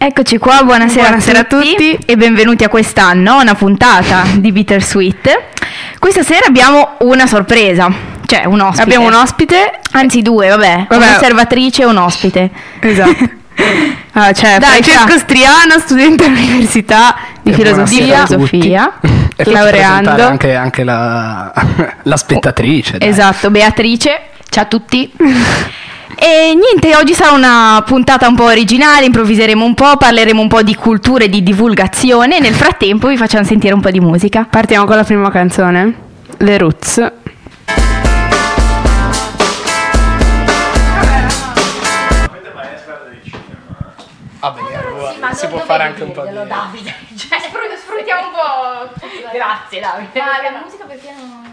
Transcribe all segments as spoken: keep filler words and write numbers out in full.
Eccoci qua, buonasera, buonasera a, tutti, a tutti e benvenuti a questa nona puntata di Bittersweet. Questa sera abbiamo una sorpresa, cioè un ospite. Abbiamo un ospite, anzi due, vabbè, vabbè. un'osservatrice e un ospite. Esatto. Ah, cioè, Dai, Francesco fra... Striano, studente all'università di E filosofia, filosofia e laureando. Anche, anche la, la spettatrice. Dai. Esatto, Beatrice. Ciao a tutti. E niente, oggi sarà una puntata un po' originale, improvviseremo un po', parleremo un po' di cultura e di divulgazione e nel frattempo vi facciamo sentire un po' di musica. Partiamo con la prima canzone, Le Roots. Vabbè, sì, si può fare anche un po' di... Davide, cioè, sfruttiamo un po'. Grazie Davide. Ma la musica perché non...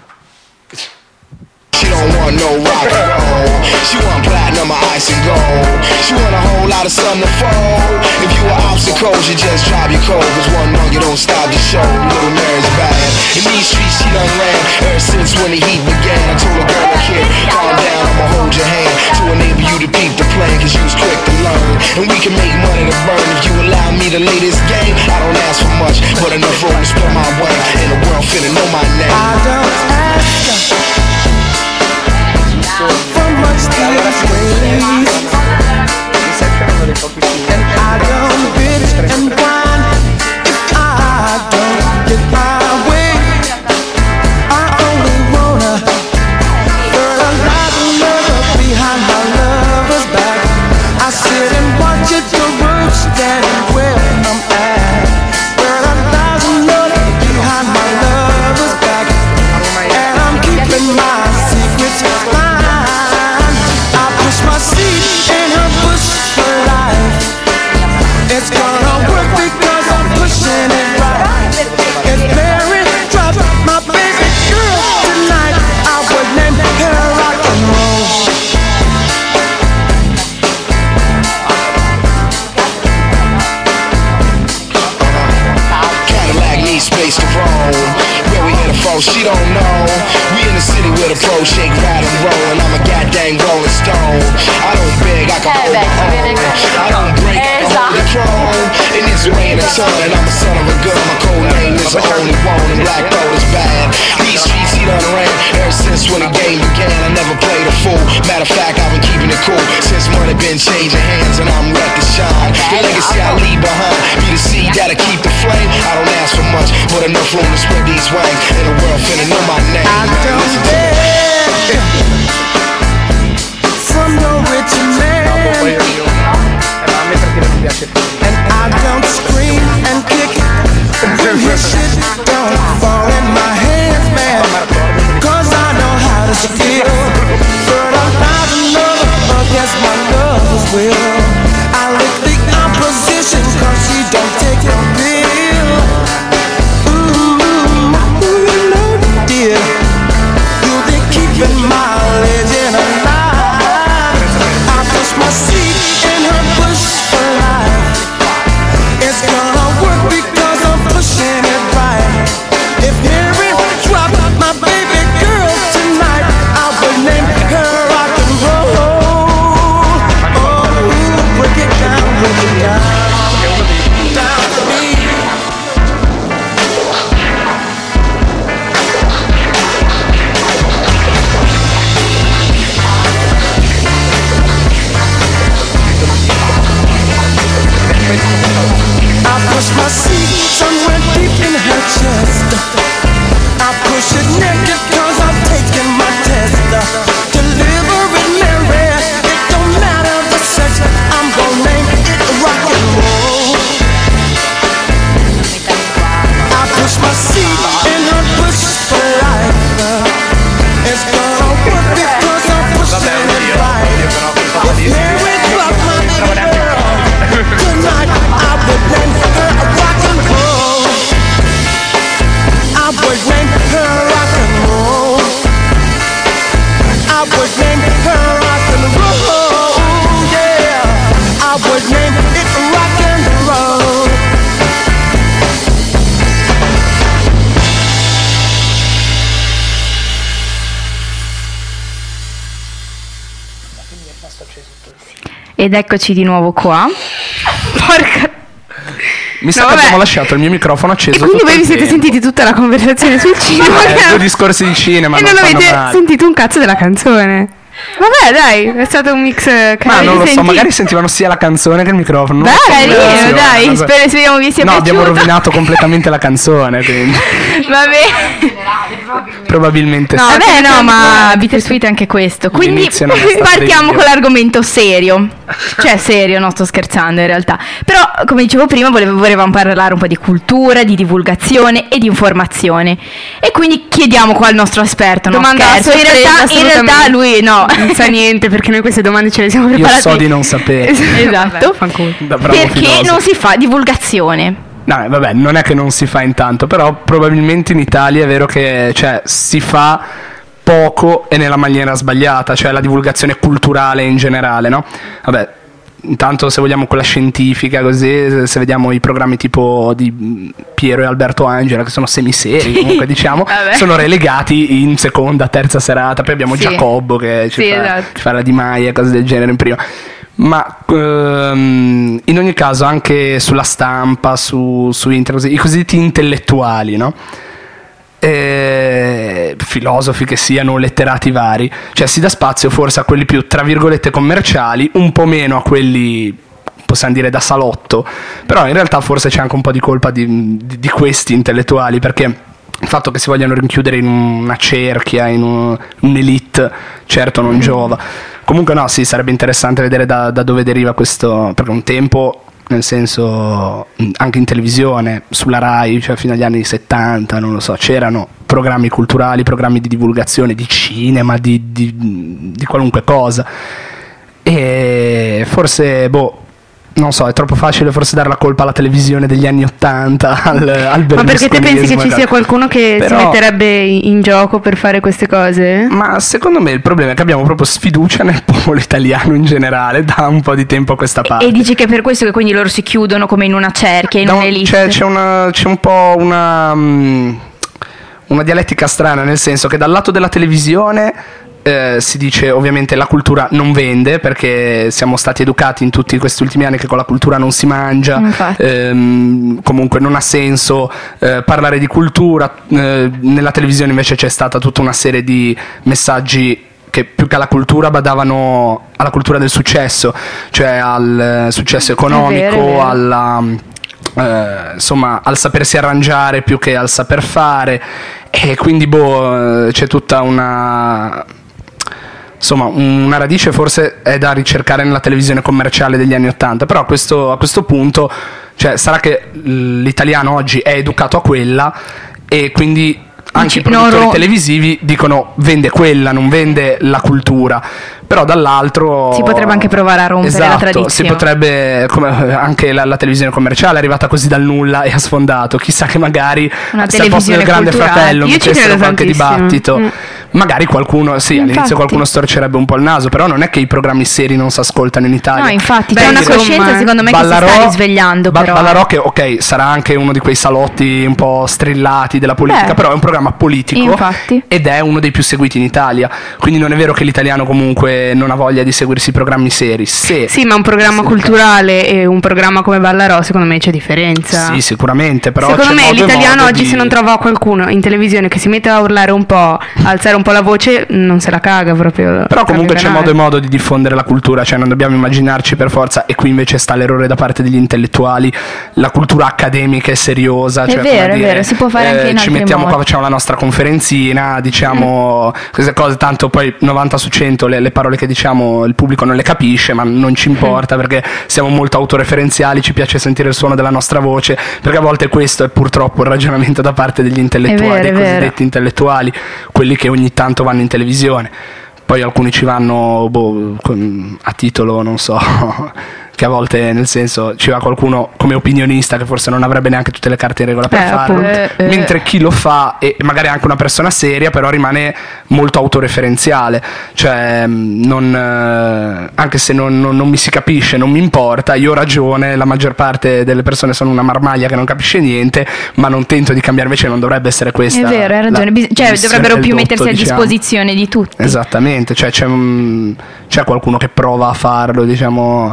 She don't want no rock and roll. She want platinum or ice and gold. She want a whole lot of sun to fold. If you were obstacles, you just drive your cold. Cause one monkey don't stop the show. Little Mary's bad. In these streets she done ran ever since when the heat began. I told a girl, a kid, calm down, I'ma hold your hand to enable you to peep the plan. Cause you was quick to learn. And we can make money to burn. If you allow me to lay this game, I don't ask for much, but enough room to spend my way. And the world finna know my name. I don't ask for much these ways, and I don't bitch and whine if I don't get my way. I only wanna burn a lot of love behind my lover's back. I sit and watch it the road standing where I'm at. Burn a thousand love behind my lover's back, and I'm keeping my secrets. My seat in her bush for life. It's gonna work because I'm pushing it right. If Mary dropped my baby girl tonight, I would name her rock and roll. Cadillac needs space to roam. Where we hit a foe, she don't know. We in the city with a pro shake, ride and roll, and I'm a goddamn rolling stone. I don't beg, I can hold my own. I don't break, I can hold the throne. In this rain and sun, and I'm a son of a gun. My code name is the only one, and black gold is bad. These streets he done ran ever since when the game began. I never played a fool. Matter of fact, I've been keeping it cool since money been changing hands, and I'm ready to shine. The legacy I leave behind be the seed that'll keep the flame. I don't ask for much, but enough room to spread these wings, and the world finna know my name. I don't beg from no rich man, and I don't scream and kick when your shit don't fall in my hands, man. Cause I know how to steal, burn a thousand love against my lover's will. I lick the opposition cause she don't take no bill. Ooh, ooh, you know, dear, you'll be keeping my legend alive. I push my seat in her bush for life. It's gonna work because I'm pushing it right. If Mary dropped my baby girl tonight, I would name her rock and roll. Oh, break it down, break it down, down to me. I push my seat somewhere deep in her chest. I push it naked cause I'm taking my test. Deliver it, Mary, it don't matter the sex. I'm gonna name it rock and roll. I push my seat in her bush for life. It's gonna work because I'm pushing it right. If Mary dropped my baby girl tonight, I would name her rock and roll. I would name her rock and roll. I would name her rock and roll. Yeah, I would name it rock and roll. Ed eccoci di nuovo qua. Porca. Mi sa No, che vabbè. abbiamo lasciato il mio microfono acceso. E quindi tutto voi vi il siete tempo. sentiti tutta la conversazione sul cinema. Eh, due discorsi di cinema e non non fanno avete male. sentito un cazzo della canzone. Vabbè, dai, è stato un mix eh, Ma carino. non lo so, senti- magari sentivano sia la canzone che il microfono. non lo so, Carino, attenzione, dai, cosa- spero, speriamo vi sia No, piaciuto. abbiamo rovinato completamente la canzone, quindi Vabbè. probabilmente No, sì. Vabbè, che no, mi ma sembra- bittersweet anche questo. Quindi L'inizio non è stato partiamo degno. con l'argomento serio. Cioè, serio, no, sto scherzando in realtà. Però, come dicevo prima, volevo- volevamo parlare un po' di cultura, di divulgazione e di informazione. E quindi chiediamo qua al nostro esperto, no? Domanda Scherzo. In sorpresa, realtà, in realtà assolutamente. lui no. Non sa niente perché noi queste domande ce le siamo Io preparate. so di non sapere. Esatto. Vabbè, fanculo. Da bravo Perché filosofo. non si fa divulgazione? No, vabbè, non è che non si fa intanto, però probabilmente in Italia è vero che cioè, si fa poco e nella maniera sbagliata, cioè la divulgazione culturale in generale, no? Vabbè, intanto se vogliamo quella scientifica così, se vediamo i programmi tipo di mm, Piero e Alberto Angela, che sono semiseri comunque diciamo, Vabbè. sono relegati in seconda, terza serata, poi abbiamo Sì. Giacobbo che ci, Sì, fa, esatto. ci fa la Di Maia e cose del genere in prima. Ma ehm, in ogni caso anche sulla stampa, su, su internet, i cosiddetti intellettuali, no? Eh, filosofi che siano, letterati vari, cioè si dà spazio forse a quelli più tra virgolette commerciali, un po' meno a quelli possiamo dire da salotto, però in realtà forse c'è anche un po' di colpa di, di, di questi intellettuali, perché il fatto che si vogliano rinchiudere in una cerchia, in un, un'elite, certo non giova. Comunque no, sì, sarebbe interessante vedere da, da dove deriva questo, perché un tempo, nel senso, anche in televisione, sulla Rai, cioè fino agli anni settanta, non lo so, c'erano programmi culturali, programmi di divulgazione, di cinema, di, di, di qualunque cosa. E forse, boh, non so, è troppo facile forse dare la colpa alla televisione degli anni ottanta, al, al Ma perché te pensi che ci sia berlusconismo, qualcuno che Però- si metterebbe in gioco per fare queste cose? Ma secondo me il problema è che abbiamo proprio sfiducia nel popolo italiano in generale da un po' di tempo a questa parte. E dici che è per questo che quindi loro si chiudono come in una cerchia, in Da un- un'elite? c'è, c'è, una, c'è un po' una, mm, una dialettica strana, nel senso che dal lato della televisione eh, si dice ovviamente la cultura non vende, perché siamo stati educati in tutti questi ultimi anni che con la cultura non si mangia. Infatti. Ehm, comunque non ha senso eh, parlare di cultura. Eh, nella televisione invece c'è stata tutta una serie di messaggi che più che alla cultura badavano alla cultura del successo, cioè al eh, successo economico, È vero, è vero. alla eh, insomma al sapersi arrangiare più che al saper fare, e quindi boh, eh, c'è tutta una insomma una radice forse è da ricercare nella televisione commerciale degli anni ottanta, però a questo, a questo punto cioè, sarà che l'italiano oggi è educato a quella e quindi anche i No, produttori no. televisivi dicono vende quella, non vende la cultura, però dall'altro Si potrebbe anche provare a rompere la esatto, tradizione. si potrebbe, come anche la, la televisione commerciale è arrivata così dal nulla e ha sfondato, chissà che magari Una se al posto del televisione Grande culturale. Fratello Io ci mettessero credo qualche tantissimo. dibattito, Mm. magari qualcuno, sì, all'inizio Infatti. qualcuno storcerebbe un po' il naso, però non è che i programmi seri non si ascoltano in Italia. No, infatti, Beh, c'è una insomma, coscienza secondo me che si sta risvegliando Ba- però. Ballarò che ok, sarà anche uno di quei salotti un po' strillati della politica, Beh, però è un programma politico infatti. ed è uno dei più seguiti in Italia, quindi non è vero che l'italiano comunque non ha voglia di seguirsi i programmi seri. Se Sì, ma un programma Sì. culturale e un programma come Ballarò, secondo me c'è differenza. Sì, sicuramente, però Secondo c'è me modo e l'italiano modo oggi di- se non trova qualcuno in televisione che si mette a urlare un po', a alzare un po' la voce, non se la caga proprio. Però comunque c'è Caga modo e canale. modo di diffondere la cultura, cioè non dobbiamo immaginarci per forza, e qui invece sta l'errore da parte degli intellettuali, la cultura accademica e seriosa. È cioè, vero, come è dire, vero, si può fare anche in ci altri mettiamo modi. qua, facciamo la nostra conferenzina, diciamo queste cose, tanto poi novanta su cento le, le parole che diciamo il pubblico non le capisce, ma non ci importa perché siamo molto autoreferenziali, ci piace sentire il suono della nostra voce, perché a volte questo è purtroppo il ragionamento da parte degli intellettuali, È vero, dei è vero. cosiddetti intellettuali, quelli che ogni tanto vanno in televisione. Poi alcuni ci vanno boh, con- a titolo, non so, che a volte nel senso ci va qualcuno come opinionista che forse non avrebbe neanche tutte le carte in regola per Eh, farlo, appunto. Eh, eh. mentre chi lo fa e magari anche una persona seria però rimane molto autoreferenziale, cioè mh, non, eh, anche se non, non- non mi si capisce, non mi importa, io ho ragione, la maggior parte delle persone sono una marmaglia che non capisce niente, ma non tento di cambiare, invece non dovrebbe essere questa È vero, hai la ragione. Bis- cioè, missione dovrebbero del più dotto, mettersi a diciamo. disposizione di tutti. Esattamente, cioè c'è, un- c'è qualcuno che prova a farlo, diciamo, esiste un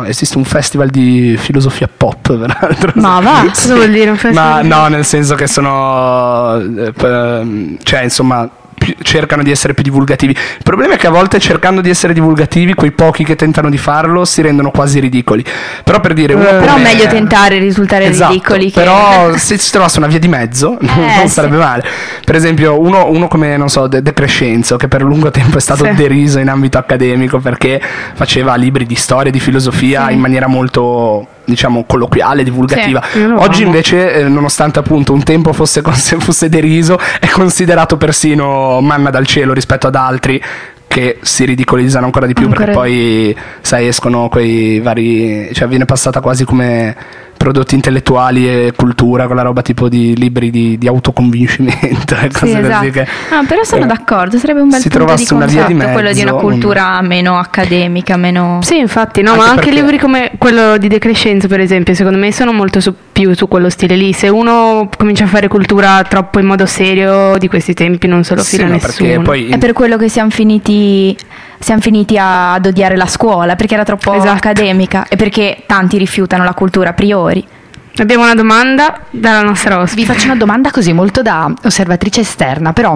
festival di filosofia pop, peraltro. Ma va, cosa vuol dire un festival? Ma no, nel senso che sono, eh, p- cioè insomma, più- cercano di essere più divulgativi. Il problema è che a volte, cercando di essere divulgativi, quei pochi che tentano di farlo si rendono quasi ridicoli. Però per dire, uno Però come- meglio tentare di risultare Esatto, ridicoli che... però se si trovasse una via di mezzo non Eh, sarebbe sì. male. Per esempio uno, uno come, non so, De, De Crescenzo, che per lungo tempo è stato Sì. deriso in ambito accademico perché faceva libri di storia, di filosofia Sì. in maniera molto, diciamo, colloquiale, divulgativa. Sì, io lo Oggi amo. invece, eh, nonostante appunto un tempo fosse, cons- fosse deriso, è considerato persino manna dal cielo rispetto ad altri che si ridicolizzano ancora di più, Ancora- perché poi, sai, escono quei vari, cioè viene passata quasi come prodotti intellettuali e cultura, con la roba tipo di libri di, di autoconvincimento e cose Sì, così esatto. che, Ah, però sono eh, d'accordo, sarebbe un bel si punto di trovasse una via di contatto quello di una mezzo, cultura meno accademica, meno... Sì, infatti, no, Anche ma anche perché- libri come quello di De Crescenzo, per esempio, secondo me sono molto su- più su quello stile lì. Se uno comincia a fare cultura troppo in modo serio, di questi tempi non se lo sì, fila no, nessuno. perché poi È per quello che siamo finiti, siamo finiti a- ad odiare la scuola, perché era troppo Esatto. accademica e perché tanti rifiutano la cultura a priori. Abbiamo una domanda dalla nostra Vi ospite. faccio una domanda così molto da osservatrice esterna, però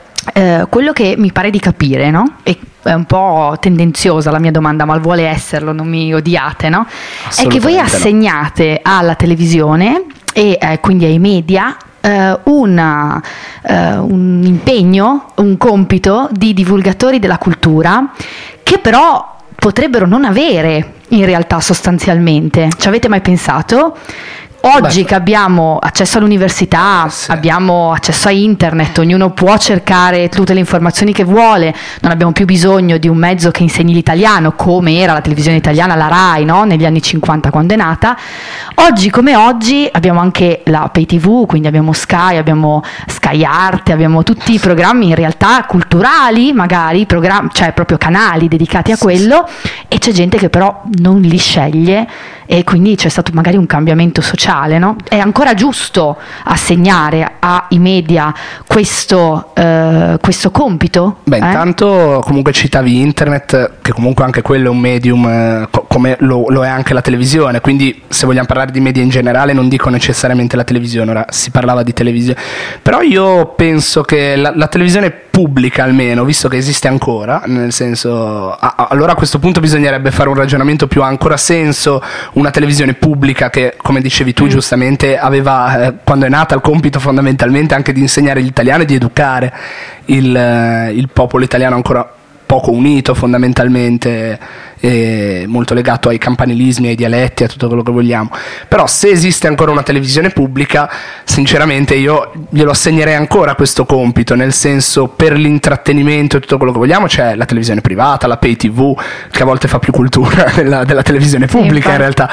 eh, quello che mi pare di capire, no? E è un po' tendenziosa la mia domanda, ma vuole esserlo, non mi odiate, no? È che voi Assolutamente no. assegnate alla televisione e eh, quindi ai media eh, una, eh, un impegno, un compito di divulgatori della cultura che però potrebbero non avere in realtà sostanzialmente. Ci avete mai pensato? Oggi Beh. che abbiamo accesso all'università, Sì. abbiamo accesso a internet, ognuno può cercare tutte le informazioni che vuole, non abbiamo più bisogno di un mezzo che insegni l'italiano, come era la televisione italiana, la RAI, no? Negli anni cinquanta quando è nata. Oggi come oggi abbiamo anche la Pay tivù, quindi abbiamo Sky, abbiamo Sky Arte, abbiamo tutti i programmi in realtà culturali, magari, programmi, cioè proprio canali dedicati a quello, e c'è gente che però non li sceglie e quindi c'è stato magari un cambiamento sociale, no? È ancora giusto assegnare ai media questo, eh, questo compito? Beh, Eh? intanto comunque citavi internet, che comunque anche quello è un medium, eh, co- come lo, lo è anche la televisione, quindi se vogliamo parlare di media in generale non dico necessariamente la televisione, ora si parlava di televisione, però io penso che la, la televisione pubblica almeno, visto che esiste ancora, nel senso, a- a- allora a questo punto bisognerebbe fare un ragionamento più: ha ancora senso una televisione pubblica che, come dicevi tu giustamente, aveva eh, quando è nata il compito fondamentalmente anche di insegnare l'italiano e di educare il, eh, il popolo italiano ancora poco unito fondamentalmente, e molto legato ai campanilismi, ai dialetti, a tutto quello che vogliamo. Però se esiste ancora una televisione pubblica, sinceramente io glielo assegnerei ancora questo compito, nel senso, per l'intrattenimento e tutto quello che vogliamo c'è la televisione privata, la Pay tivù, che a volte fa più cultura della, della televisione pubblica, infatti. in realtà.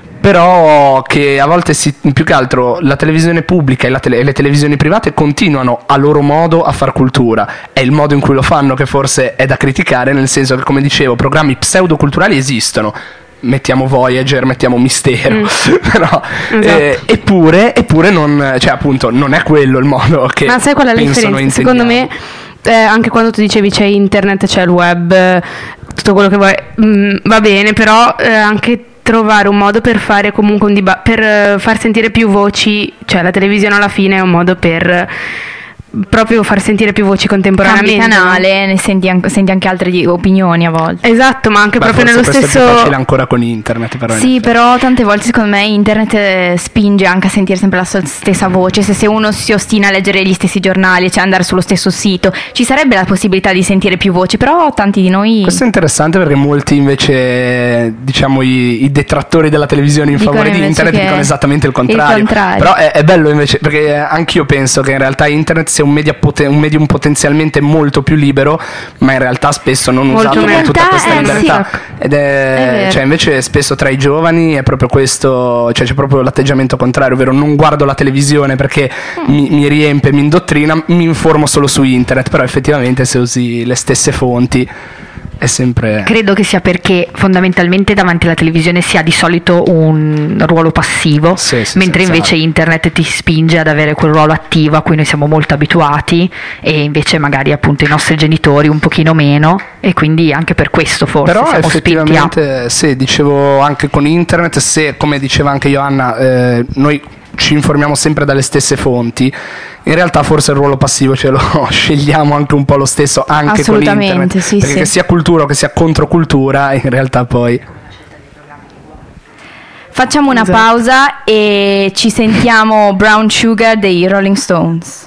Però che a volte si, più che altro la televisione pubblica e, la tele- e le televisioni private continuano a loro modo a far cultura. È il modo in cui lo fanno che forse è da criticare, nel senso che, come dicevo, programmi pseudoculturali esistono. Mettiamo Voyager, mettiamo Mistero, però Esatto. eh, eppure, eppure non, cioè appunto non è quello il modo che Ma sai qual è la pensano differenza? Secondo me, eh, anche quando tu dicevi c'è internet, c'è il web, eh, tutto quello che vuoi, mm, va bene, però eh, anche trovare un modo per fare comunque un dibattito, per eh, far sentire più voci, cioè la televisione alla fine è un modo per eh, proprio far sentire più voci Cambi contemporaneamente. canale, ne senti, an- senti anche altre di- opinioni a volte. Esatto, ma anche Beh, proprio forse nello questo è più stesso... facile ancora con internet, però in Sì, effetti. però tante volte secondo me internet eh, spinge anche a sentire sempre la sua stessa voce. Se, se uno si ostina a leggere gli stessi giornali, cioè andare sullo stesso sito, ci sarebbe la possibilità di sentire più voci, però tanti di noi Questo è interessante perché molti invece, diciamo, i, i detrattori della televisione in Dicono favore di invece internet che dicono esattamente il il contrario. contrario. Però è, è bello invece, perché anch'io penso che in realtà internet sia un, media poten- un medium potenzialmente molto più libero, ma in realtà spesso non Molto usato meno. con tutta In questa realtà, eh, libertà. sì. Ed È è, vero. cioè invece spesso tra i giovani è proprio questo, cioè c'è proprio l'atteggiamento contrario, ovvero non guardo la televisione perché mi, mi riempie, mi indottrina, mi informo solo su internet, però effettivamente se usi le stesse fonti è sempre... Credo che sia perché fondamentalmente davanti alla televisione si ha di solito un ruolo passivo, Sì, sì, mentre senz'altro. invece internet ti spinge ad avere quel ruolo attivo a cui noi siamo molto abituati e invece magari appunto i nostri genitori un pochino meno, e quindi anche per questo forse Però siamo spinti a... effettivamente, sì, dicevo anche con internet, se come diceva anche Joanna, eh, noi ci informiamo sempre dalle stesse fonti, in realtà forse il ruolo passivo ce lo scegliamo anche un po' lo stesso, anche con Assolutamente, internet, sì, perché sì. che sia cultura o che sia controcultura, in realtà poi... Facciamo una Esatto. pausa e ci sentiamo Brown Sugar dei Rolling Stones.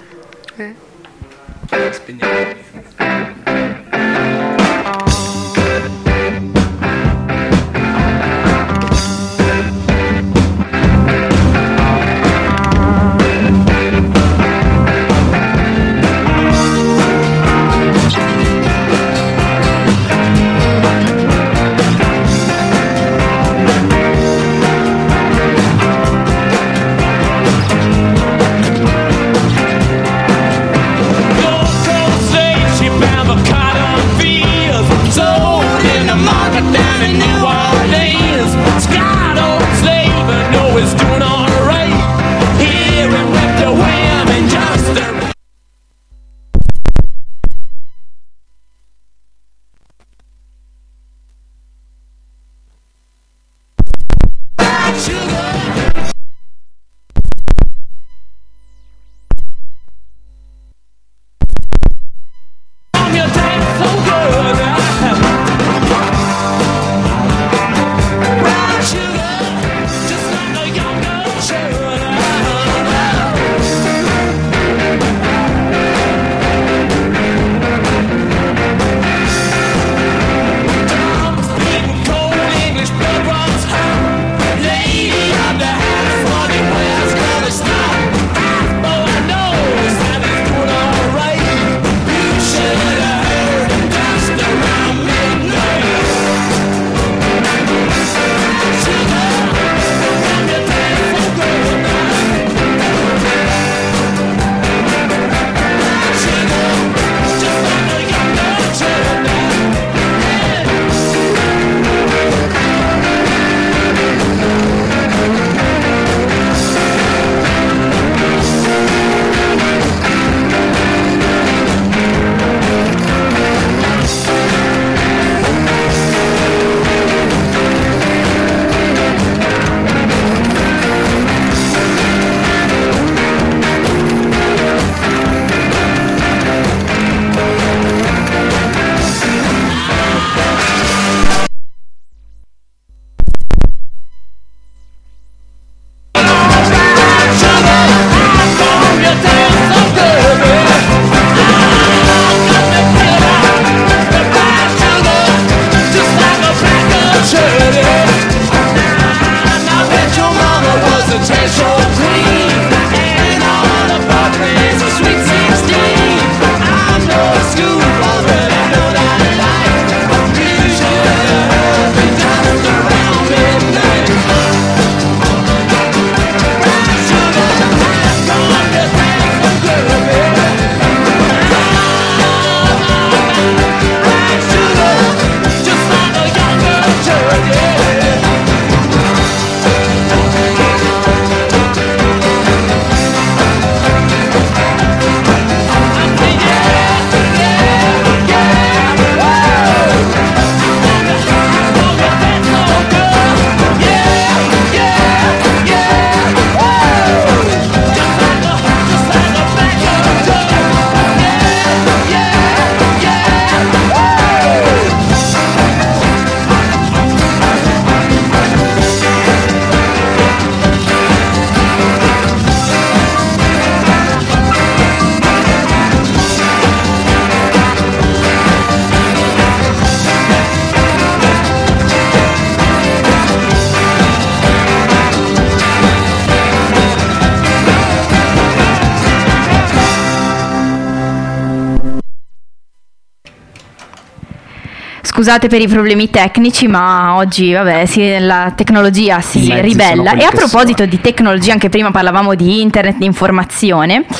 Scusate per i problemi tecnici, ma oggi vabbè, sì, la tecnologia si I mezzi sono ribella. quelli E a che proposito sono. di tecnologia, anche prima parlavamo di internet, di informazione.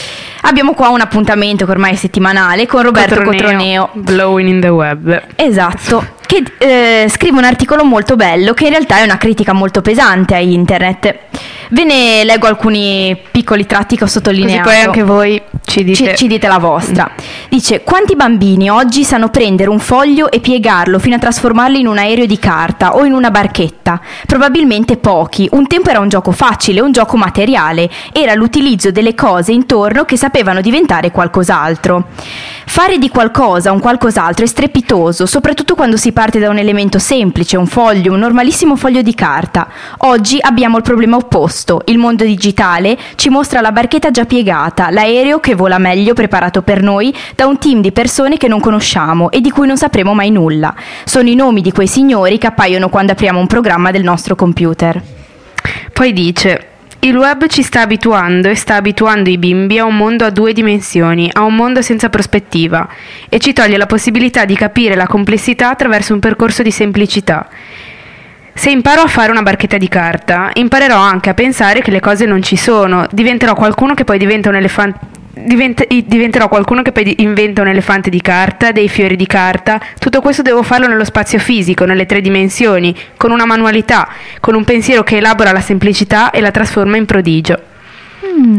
abbiamo qua un appuntamento che ormai è settimanale con Roberto Cotroneo. Blowing in the web. Esatto, che eh, scrive un articolo molto bello che in realtà è una critica molto pesante a internet. Ve ne leggo alcuni piccoli tratti che ho sottolineato. Così poi anche voi ci dite, ci, ci dite la vostra. Dice: quanti bambini oggi sanno prendere un foglio e piegarlo fino a trasformarlo in un aereo di carta o in una barchetta? Probabilmente pochi. Un tempo era un gioco facile, un gioco materiale, era l'utilizzo delle cose intorno che sapevano diventare qualcos'altro. Fare di qualcosa un qualcos'altro è strepitoso, soprattutto quando si parte da un elemento semplice, un foglio, un normalissimo foglio di carta. Oggi abbiamo il problema opposto. Il mondo digitale ci mostra la barchetta già piegata, l'aereo che vola meglio preparato per noi da un team di persone che non conosciamo e di cui non sapremo mai nulla. Sono i nomi di quei signori che appaiono quando apriamo un programma del nostro computer. Poi dice: il web ci sta abituando e sta abituando i bimbi a un mondo a due dimensioni, a un mondo senza prospettiva, e ci toglie la possibilità di capire la complessità attraverso un percorso di semplicità. Se imparo a fare una barchetta di carta, imparerò anche a pensare che le cose non ci sono, diventerò qualcuno che poi diventa un elefante. Divent- diventerò qualcuno che poi inventa un elefante di carta, dei fiori di carta. Tutto questo devo farlo nello spazio fisico, nelle tre dimensioni, con una manualità, con un pensiero che elabora la semplicità e la trasforma in prodigio. Mm.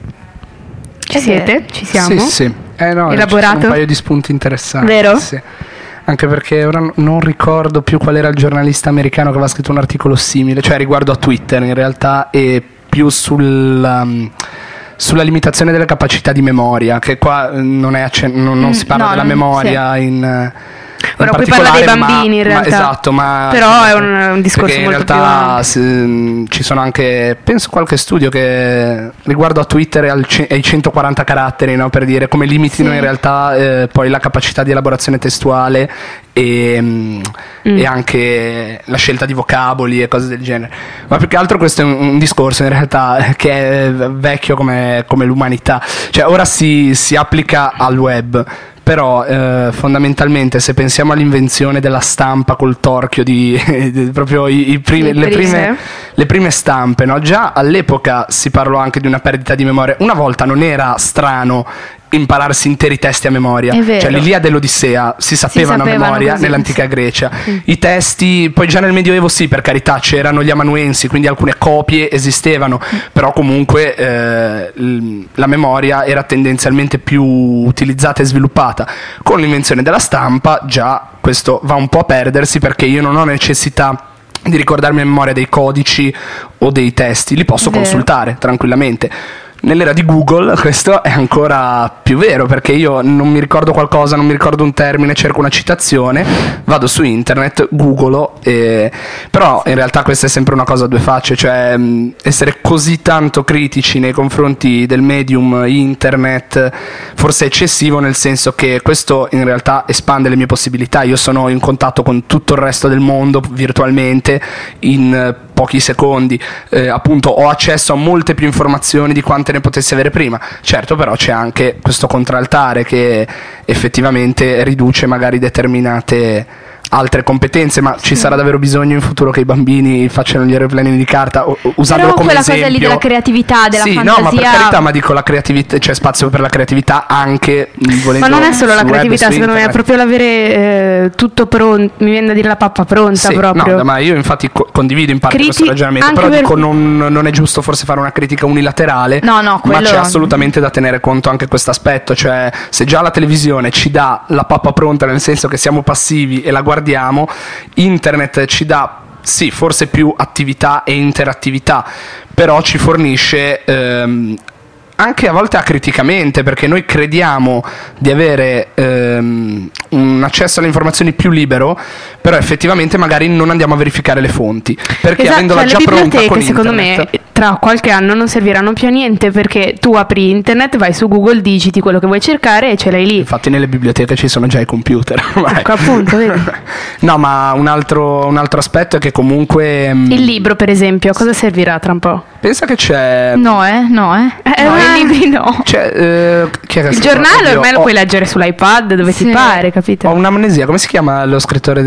Ci È siete? vero. Ci siamo? Sì, sì. Eh, no, Elaborato? ci sono un paio di spunti interessanti. Vero? Sì. Anche perché ora non ricordo più qual era il giornalista americano che aveva scritto un articolo simile, cioè riguardo a Twitter in realtà, e più sul... Um, sulla limitazione delle capacità di memoria, che qua non, è accen- non, non si parla no, della non- memoria sì. in... Ora qui parla dei bambini in ma, realtà. ma esatto, ma però è un, un discorso perché in molto realtà più si- ci sono anche, penso, qualche studio che riguardo a Twitter e al ce- ai centoquaranta caratteri, no, per dire come limitino Sì. in realtà eh, poi la capacità di elaborazione testuale e, mm. e anche la scelta di vocaboli e cose del genere. Ma più che altro questo è un, un discorso in realtà che è vecchio come, come l'umanità, cioè ora si, si applica al web. Però eh, fondamentalmente se pensiamo all'invenzione della stampa col torchio di, di proprio i, i primi- Le le, prime. prime, le prime stampe, no? Già all'epoca si parlò anche di una perdita di memoria. Una volta non era strano impararsi interi testi a memoria, È vero. cioè l'Iliade e l'Odissea si sapevano, sapevano a memoria così, nell'antica sì. Grecia. I testi poi già nel Medioevo sì, per carità, c'erano gli amanuensi, quindi alcune copie esistevano, però comunque eh, l- la memoria era tendenzialmente più utilizzata e sviluppata. Con l'invenzione della stampa già questo va un po' a perdersi, perché io non ho necessità di ricordarmi a memoria dei codici o dei testi, li posso Vero. consultare tranquillamente. Nell'era di Google questo è ancora più vero, perché io non mi ricordo qualcosa, non mi ricordo un termine, cerco una citazione, vado su internet, googolo, e... però in realtà questa è sempre una cosa a due facce, cioè mh, essere così tanto critici nei confronti del medium internet forse è eccessivo, nel senso che questo in realtà espande le mie possibilità. Io sono in contatto con tutto il resto del mondo virtualmente in eh, pochi secondi, eh, appunto ho accesso a molte più informazioni di quante ne potessi avere prima. Certo, però c'è anche questo contraltare che effettivamente riduce magari determinate altre competenze, ma ci sarà davvero bisogno in futuro che i bambini facciano gli aeroplani di carta, o- usandolo Però come quella esempio. cosa lì della creatività, della sì, fantasia. no, ma per carità, ma dico la creatività, c'è spazio per la creatività anche mh, volendo. Ma non è solo la sul web e creatività, su secondo me è internet. proprio l'avere eh, tutto pronto, mi viene da dire la pappa pronta Sì, proprio. no, ma io infatti co- condivido in parte Criti- questo ragionamento, anche però per- dico non, non è giusto forse fare una critica unilaterale, No, no, ma quello- c'è assolutamente da tenere conto anche questo aspetto, cioè se già la televisione ci dà la pappa pronta, nel senso che siamo passivi e la guardiamo, internet ci dà sì forse più attività e interattività, però ci fornisce ehm, anche a volte acriticamente, perché noi crediamo di avere ehm, un accesso alle informazioni più libero, però effettivamente magari non andiamo a verificare le fonti, perché Esatto, avendola cioè, già le pronta biblioteche con secondo internet. me tra qualche anno non serviranno più a niente, perché tu apri internet, vai su Google, digiti quello che vuoi cercare e ce l'hai lì. Infatti nelle biblioteche ci sono già i computer. ormai. Ecco, appunto, vedi. No, ma un altro, un altro aspetto è che comunque mm, Il libro, per esempio, a cosa servirà tra un po'? pensa che c'è No, eh, no, eh. Eh, no, ma- i libri no. c'è, eh, chi è che Il sta- giornale oddio, ormai lo ho- puoi leggere sull'iPad dove Sì. ti pare, capito? Ho un'amnesia, come si chiama lo scrittore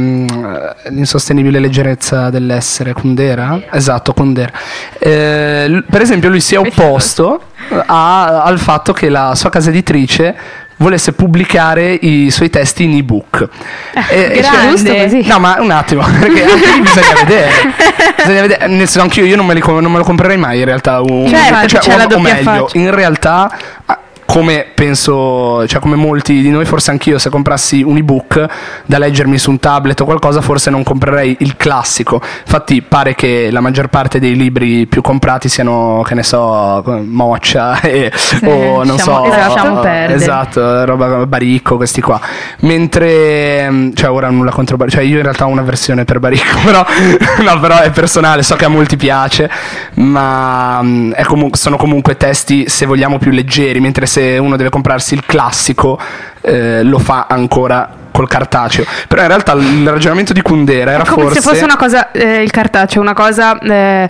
dell'insostenibile leggerezza dell'essere? Kundera? Esatto, Kundera. Eh, l- per esempio lui si è opposto a- al fatto che la sua casa editrice volesse pubblicare i suoi testi in ebook. E- e Grande. Giusto così. No, ma un attimo, perché anche lì bisogna vedere. Bisogna vedere. Nel senso, anch'io io non me, li, com- non me lo comprerei mai in realtà. Un, Certo, cioè, c'è o, la o doppia meglio, faccia. in realtà, ah, come penso, cioè come molti di noi, forse anch'io, se comprassi un ebook da leggermi su un tablet o qualcosa, forse non comprerei il classico. Infatti pare che la maggior parte dei libri più comprati siano, che ne so, Moccia e, o non lasciamo- so, lasciamo perdere. esatto, roba come Baricco, questi qua. Mentre, cioè, ora nulla contro Baricco, cioè io in realtà ho una versione per Baricco, però no, però è personale, so che a molti piace, ma mm, è comu- sono comunque testi, se vogliamo, più leggeri, mentre se uno deve comprarsi il classico eh, lo fa ancora col cartaceo. Però in realtà il ragionamento di Kundera era È come forse se fosse una cosa, eh, il cartaceo, una cosa... eh,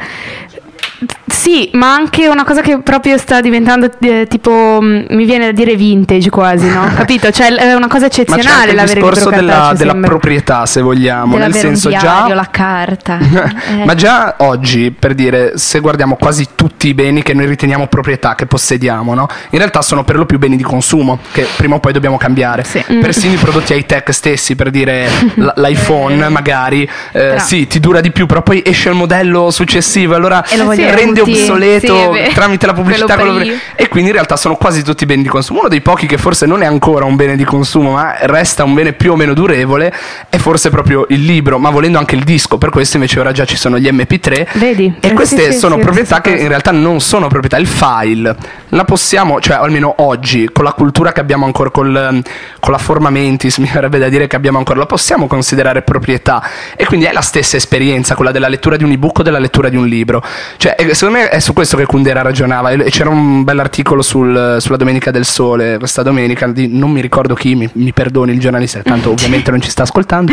sì, ma anche una cosa che proprio sta diventando eh, tipo, mh, mi viene da dire vintage quasi, no? Capito? Cioè è una cosa ma c'è anche eccezionale il l'avere il discorso libro della, cartaceo, della sembra. proprietà, se vogliamo, nel Dell'avere un senso diario, già la carta. Eh. ma già oggi, per dire, se guardiamo quasi tutti i beni che noi riteniamo proprietà, che possediamo, no? In realtà sono per lo più beni di consumo, che prima o poi dobbiamo cambiare. Sì. Persino i prodotti high tech stessi, per dire l- l'iPhone magari, eh, Però- sì, ti dura di più, però poi esce il modello successivo, allora E lo vogliono rende tutti. obsoleto Sì, è vero. tramite la pubblicità. Quello quello- per io. E quindi in realtà sono quasi tutti beni di consumo. Uno dei pochi che forse non è ancora un bene di consumo, ma resta un bene più o meno durevole, è forse proprio il libro, ma volendo anche il disco. Per questo invece ora già ci sono gli emme pi tre. Vedi? E Eh, queste sì, sì, sono sì, proprietà stessa che cosa. in realtà non sono proprietà. Il file la possiamo, cioè almeno oggi, con la cultura che abbiamo ancora, col, con la forma mentis, mi verrebbe da dire che abbiamo ancora, la possiamo considerare proprietà. E quindi è la stessa esperienza, quella della lettura di un ebook o della lettura di un libro. Cioè, e secondo me è su questo che Kundera ragionava. E c'era un bell'articolo sul, sulla Domenica del Sole, questa domenica, di non mi ricordo chi, mi, mi perdoni il giornalista, tanto ovviamente non ci sta ascoltando.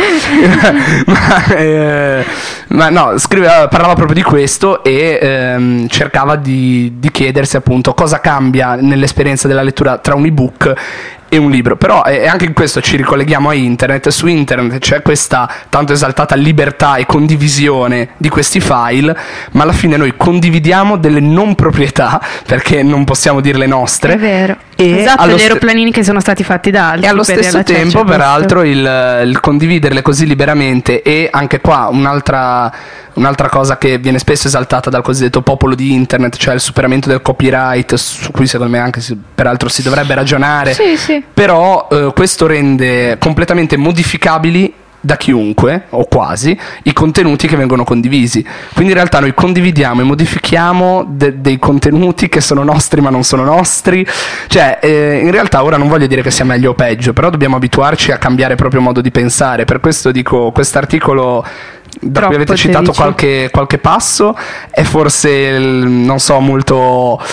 ma, eh, ma no, scriveva, parlava proprio di questo e ehm, cercava di, di chiedersi appunto cosa cambia nell'esperienza della lettura tra un ebook e un libro. Però e anche in questo ci ricolleghiamo a internet. Su internet c'è questa tanto esaltata libertà e condivisione di questi file, ma alla fine noi condividiamo delle non proprietà, perché non possiamo dirle nostre. È vero. E Esatto, allo gli ste- aeroplanini che sono stati fatti da altri. e allo per stesso allacciarci tempo, a questo. peraltro, il, il condividerle così liberamente, e anche qua un'altra, un'altra cosa che viene spesso esaltata dal cosiddetto popolo di internet, cioè il superamento del copyright, su cui secondo me anche si- peraltro si dovrebbe ragionare. Sì, sì. Però eh, questo rende completamente modificabili da chiunque, o quasi, i contenuti che vengono condivisi. Quindi in realtà noi condividiamo e modifichiamo de- dei contenuti che sono nostri ma non sono nostri. Cioè, eh, in realtà ora non voglio dire che sia meglio o peggio, però dobbiamo abituarci a cambiare il proprio modo di pensare. Per questo dico, quest'articolo da cui Troppo, avete te citato dici? qualche, qualche passo è forse il- non so, molto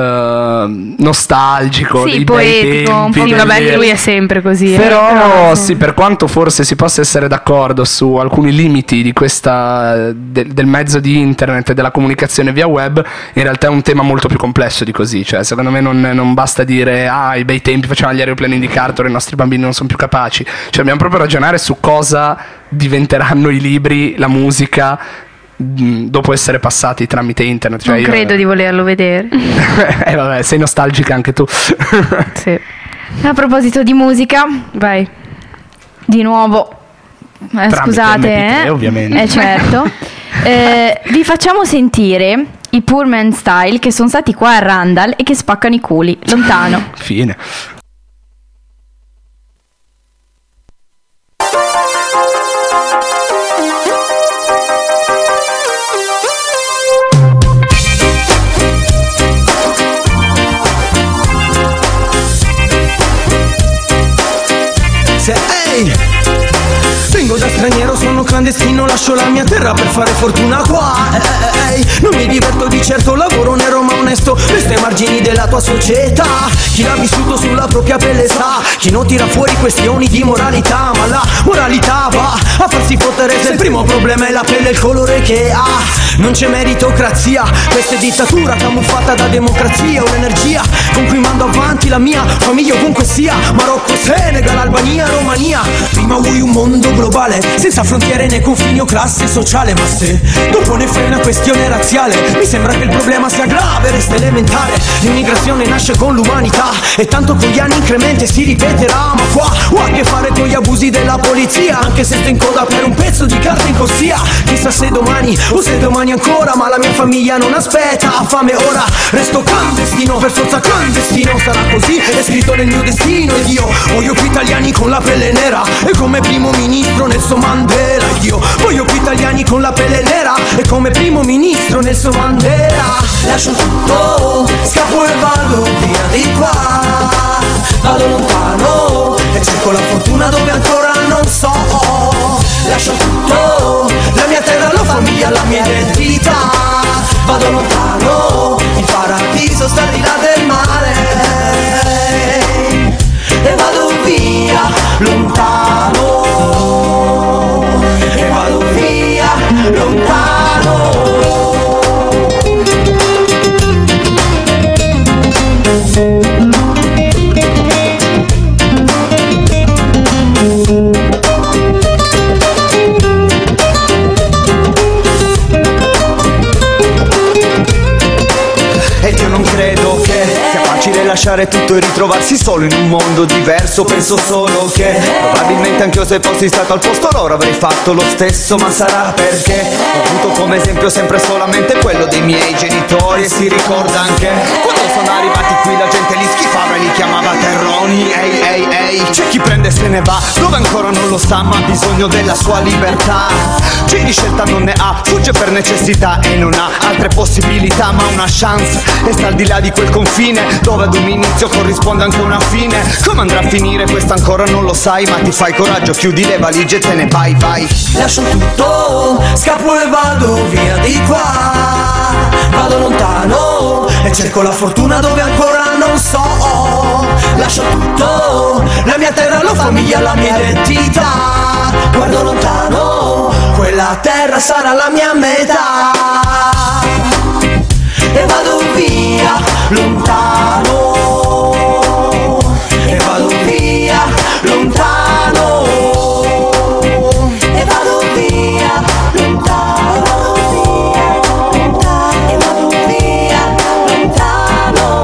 eh, nostalgico, Sì, dei bei poetico, un tempi, po' Sì, del- vabbè, che lui è sempre così. eh. però sì, per quanto forse si possa essere d'accordo su alcuni limiti di questa de- del mezzo di internet e della comunicazione via web, in realtà è un tema molto più complesso di così. Cioè, secondo me non, non basta dire ah, i bei tempi facevano gli aeroplani di cartone, i nostri bambini non sono più capaci. Cioè, dobbiamo proprio ragionare su cosa diventeranno i libri, la musica, mh, dopo essere passati tramite internet. Cioè, Non io- credo di volerlo vedere. eh, vabbè, sei nostalgica anche tu. Sì. A proposito di musica, Vai. di nuovo, eh, scusate, emme pi tre, eh, ovviamente. eh, certo, Eh, vi facciamo sentire i Poor Man Style, che sono stati qua a Randall e che spaccano i culi, lontano. Fine. Se ehi, vengo da straniero, sono clandestino, lascio la mia terra per fare fortuna qua. Ehi, non mi diverto di certo, lavoro nero ma onesto, resta ai margini della tua società. Chi l'ha vissuto sulla propria pelle sa, chi non tira fuori questioni di moralità, ma la moralità va a farsi fottere se il primo problema è la pelle e il colore che ha. non c'è meritocrazia. Questa è dittatura camuffata da democrazia. Un'energia con cui mando avanti la mia famiglia ovunque sia. Marocco, Senegal, Albania, Romania. Prima vuoi un mondo globale senza frontiere né confini o classe sociale. Ma se dopo ne fai una questione razziale, mi sembra che il problema sia grave, resta elementare. L'immigrazione nasce con l'umanità e tanto con gli anni incrementa e si ripeterà. Ma qua ho a che fare con gli abusi della polizia, anche se sto in coda per un pezzo di carta in corsia. Chissà se domani o se domani ancora, ma la mia famiglia non aspetta, ha fame ora. Resto clandestino, per forza clandestino. Sarà così, è scritto nel mio destino. Ed io voglio più italiani con la pelle nera e come primo ministro Nelson Mandela. Ed io voglio più italiani con la pelle nera e come primo ministro Nelson Mandela. Lascio tutto, scappo e vado via di qua. Vado lontano e cerco la fortuna dove ancora non so. Lascio tutto, la mia terra, la famiglia, la mia identità. Vado lontano, il paradiso sta di là del mare. E vado via, lontano. E vado via, lontano. Ed io non credo che sia facile lasciare tutto e ritrovarsi solo in un mondo diverso. Penso solo che probabilmente anch'io se fossi stato al posto loro avrei fatto lo stesso. Ma sarà perché ho avuto come esempio sempre solamente quello dei miei genitori. E si ricorda anche quando sono arrivati qui la gente li schifava e li chiamava terroni. Ehi ehi ehi, c'è chi prende e se ne va dove ancora non lo sa ma ha bisogno della sua libertà. C'è chi scelta non ne ha, fugge per necessità e non ha altre possibilità ma una chance. E sta al di là di quel confine dove ad un inizio corrisponde anche una fine. Come andrà a finire questo ancora non lo sai, ma ti fai coraggio, chiudi le valigie e te ne vai, vai. Lascio tutto, scappo e vado via di qua. Vado lontano e cerco la fortuna dove ancora non so. Lascio tutto, la mia terra, la famiglia, la mia identità. Guardo lontano, quella terra sarà la mia metà. E vado via, lontano. E vado via, lontano. E vado via, lontano. E vado via, lontano.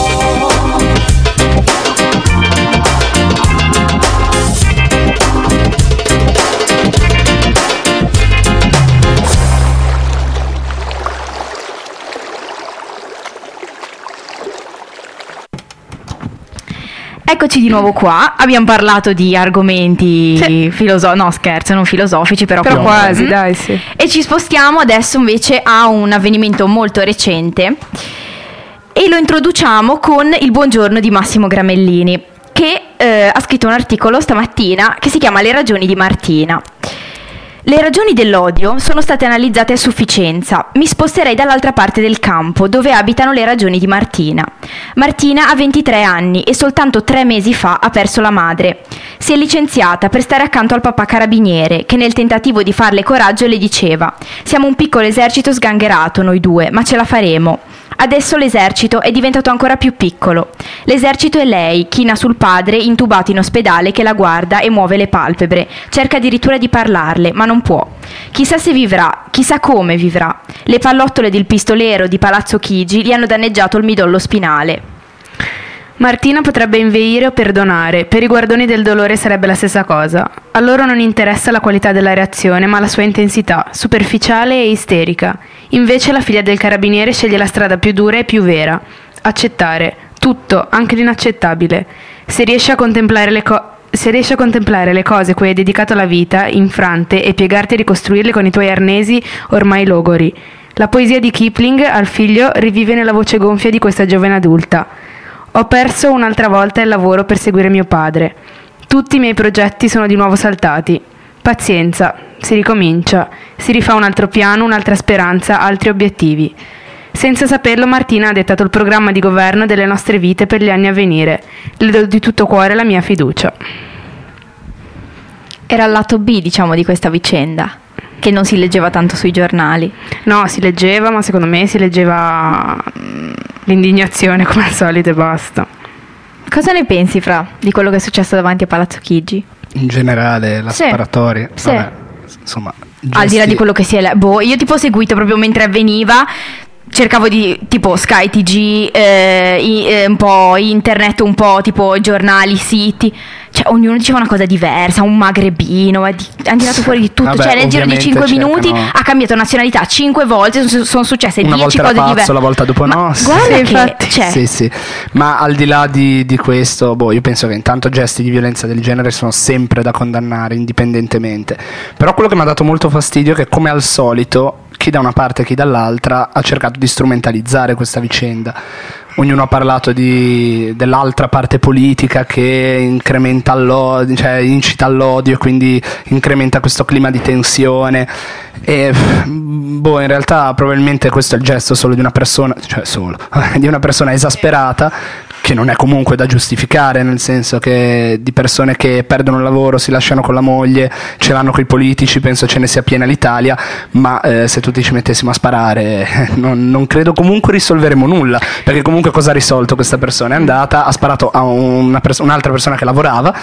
Eccoci di nuovo qua, abbiamo parlato di argomenti Sì. filosofici, no scherzo, non filosofici però, Però più- quasi, Mm. dai, sì. E ci spostiamo adesso invece a un avvenimento molto recente e lo introduciamo con il buongiorno di Massimo Gramellini, che eh, ha scritto un articolo stamattina che si chiama Le ragioni di Martina. Le ragioni dell'odio sono state analizzate a sufficienza. Mi sposterei dall'altra parte del campo, dove abitano le ragioni di Martina. Martina ha ventitré anni e soltanto tre mesi fa ha perso la madre. Si è licenziata per stare accanto al papà carabiniere, che nel tentativo di farle coraggio le diceva: «Siamo un piccolo esercito sgangherato noi due, ma ce la faremo». Adesso l'esercito è diventato ancora più piccolo. L'esercito è lei, china sul padre, intubato in ospedale, che la guarda e muove le palpebre. Cerca addirittura di parlarle, ma non può. Chissà se vivrà, chissà come vivrà. Le pallottole del pistolero di Palazzo Chigi gli hanno danneggiato il midollo spinale. Martina potrebbe inveire o perdonare, per i guardoni del dolore sarebbe la stessa cosa. A loro non interessa la qualità della reazione, ma la sua intensità, superficiale e isterica. Invece la figlia del carabiniere sceglie la strada più dura e più vera. Accettare. Tutto, anche l'inaccettabile. Se riesci a contemplare le cose... Se riesci a contemplare le cose cui hai dedicato la vita, infrante, e piegarti a ricostruirle con i tuoi arnesi ormai logori. La poesia di Kipling al figlio rivive nella voce gonfia di questa giovane adulta. Ho perso un'altra volta il lavoro per seguire mio padre. Tutti i miei progetti sono di nuovo saltati. Pazienza, si ricomincia, si rifà un altro piano, un'altra speranza, altri obiettivi. Senza saperlo Martina ha dettato il programma di governo delle nostre vite per gli anni a venire. Le do di tutto cuore la mia fiducia. Era il lato B, diciamo, di questa vicenda. che non si leggeva tanto sui giornali. No, si leggeva, ma secondo me si leggeva mm, l'indignazione come al solito e basta. Cosa ne pensi, Fra, di quello che è successo davanti a Palazzo Chigi? In generale, la Sì. sparatoria. Sì. Vabbè, insomma, Al di là gesti- di quello che si è... le- Boh, io tipo ho seguito proprio mentre avveniva, cercavo di tipo Sky T G, eh, i- eh, un po' internet, un po' tipo giornali, siti, cioè ognuno diceva una cosa diversa, un magrebino, è di- hanno tirato fuori di tutto, Vabbè, cioè nel giro di ovviamente cinque minuti cercano- ha cambiato nazionalità cinque volte, sono, sono successe Una dieci volta era cose pazzo, diverse. la volta dopo Ma no. Sì. guarda Sì, che infatti. cioè, Sì, sì, ma al di là di, di questo, boh, io penso che intanto gesti di violenza del genere sono sempre da condannare indipendentemente. Però quello che mi ha dato molto fastidio è che, come al solito, chi da una parte e chi dall'altra ha cercato di strumentalizzare questa vicenda. Ognuno ha parlato di, dell'altra parte politica che incrementa l'odio, cioè incita all'odio e quindi incrementa questo clima di tensione. E boh, in realtà probabilmente questo è il gesto solo di una persona, cioè solo di una persona esasperata, che non è comunque da giustificare, nel senso che di persone che perdono il lavoro, si lasciano con la moglie, ce l'hanno coi politici, penso ce ne sia piena l'Italia, ma eh, se tutti ci mettessimo a sparare non, non credo comunque risolveremo nulla, perché comunque cosa ha risolto questa persona? È andata, ha sparato a una pers- un'altra persona che lavorava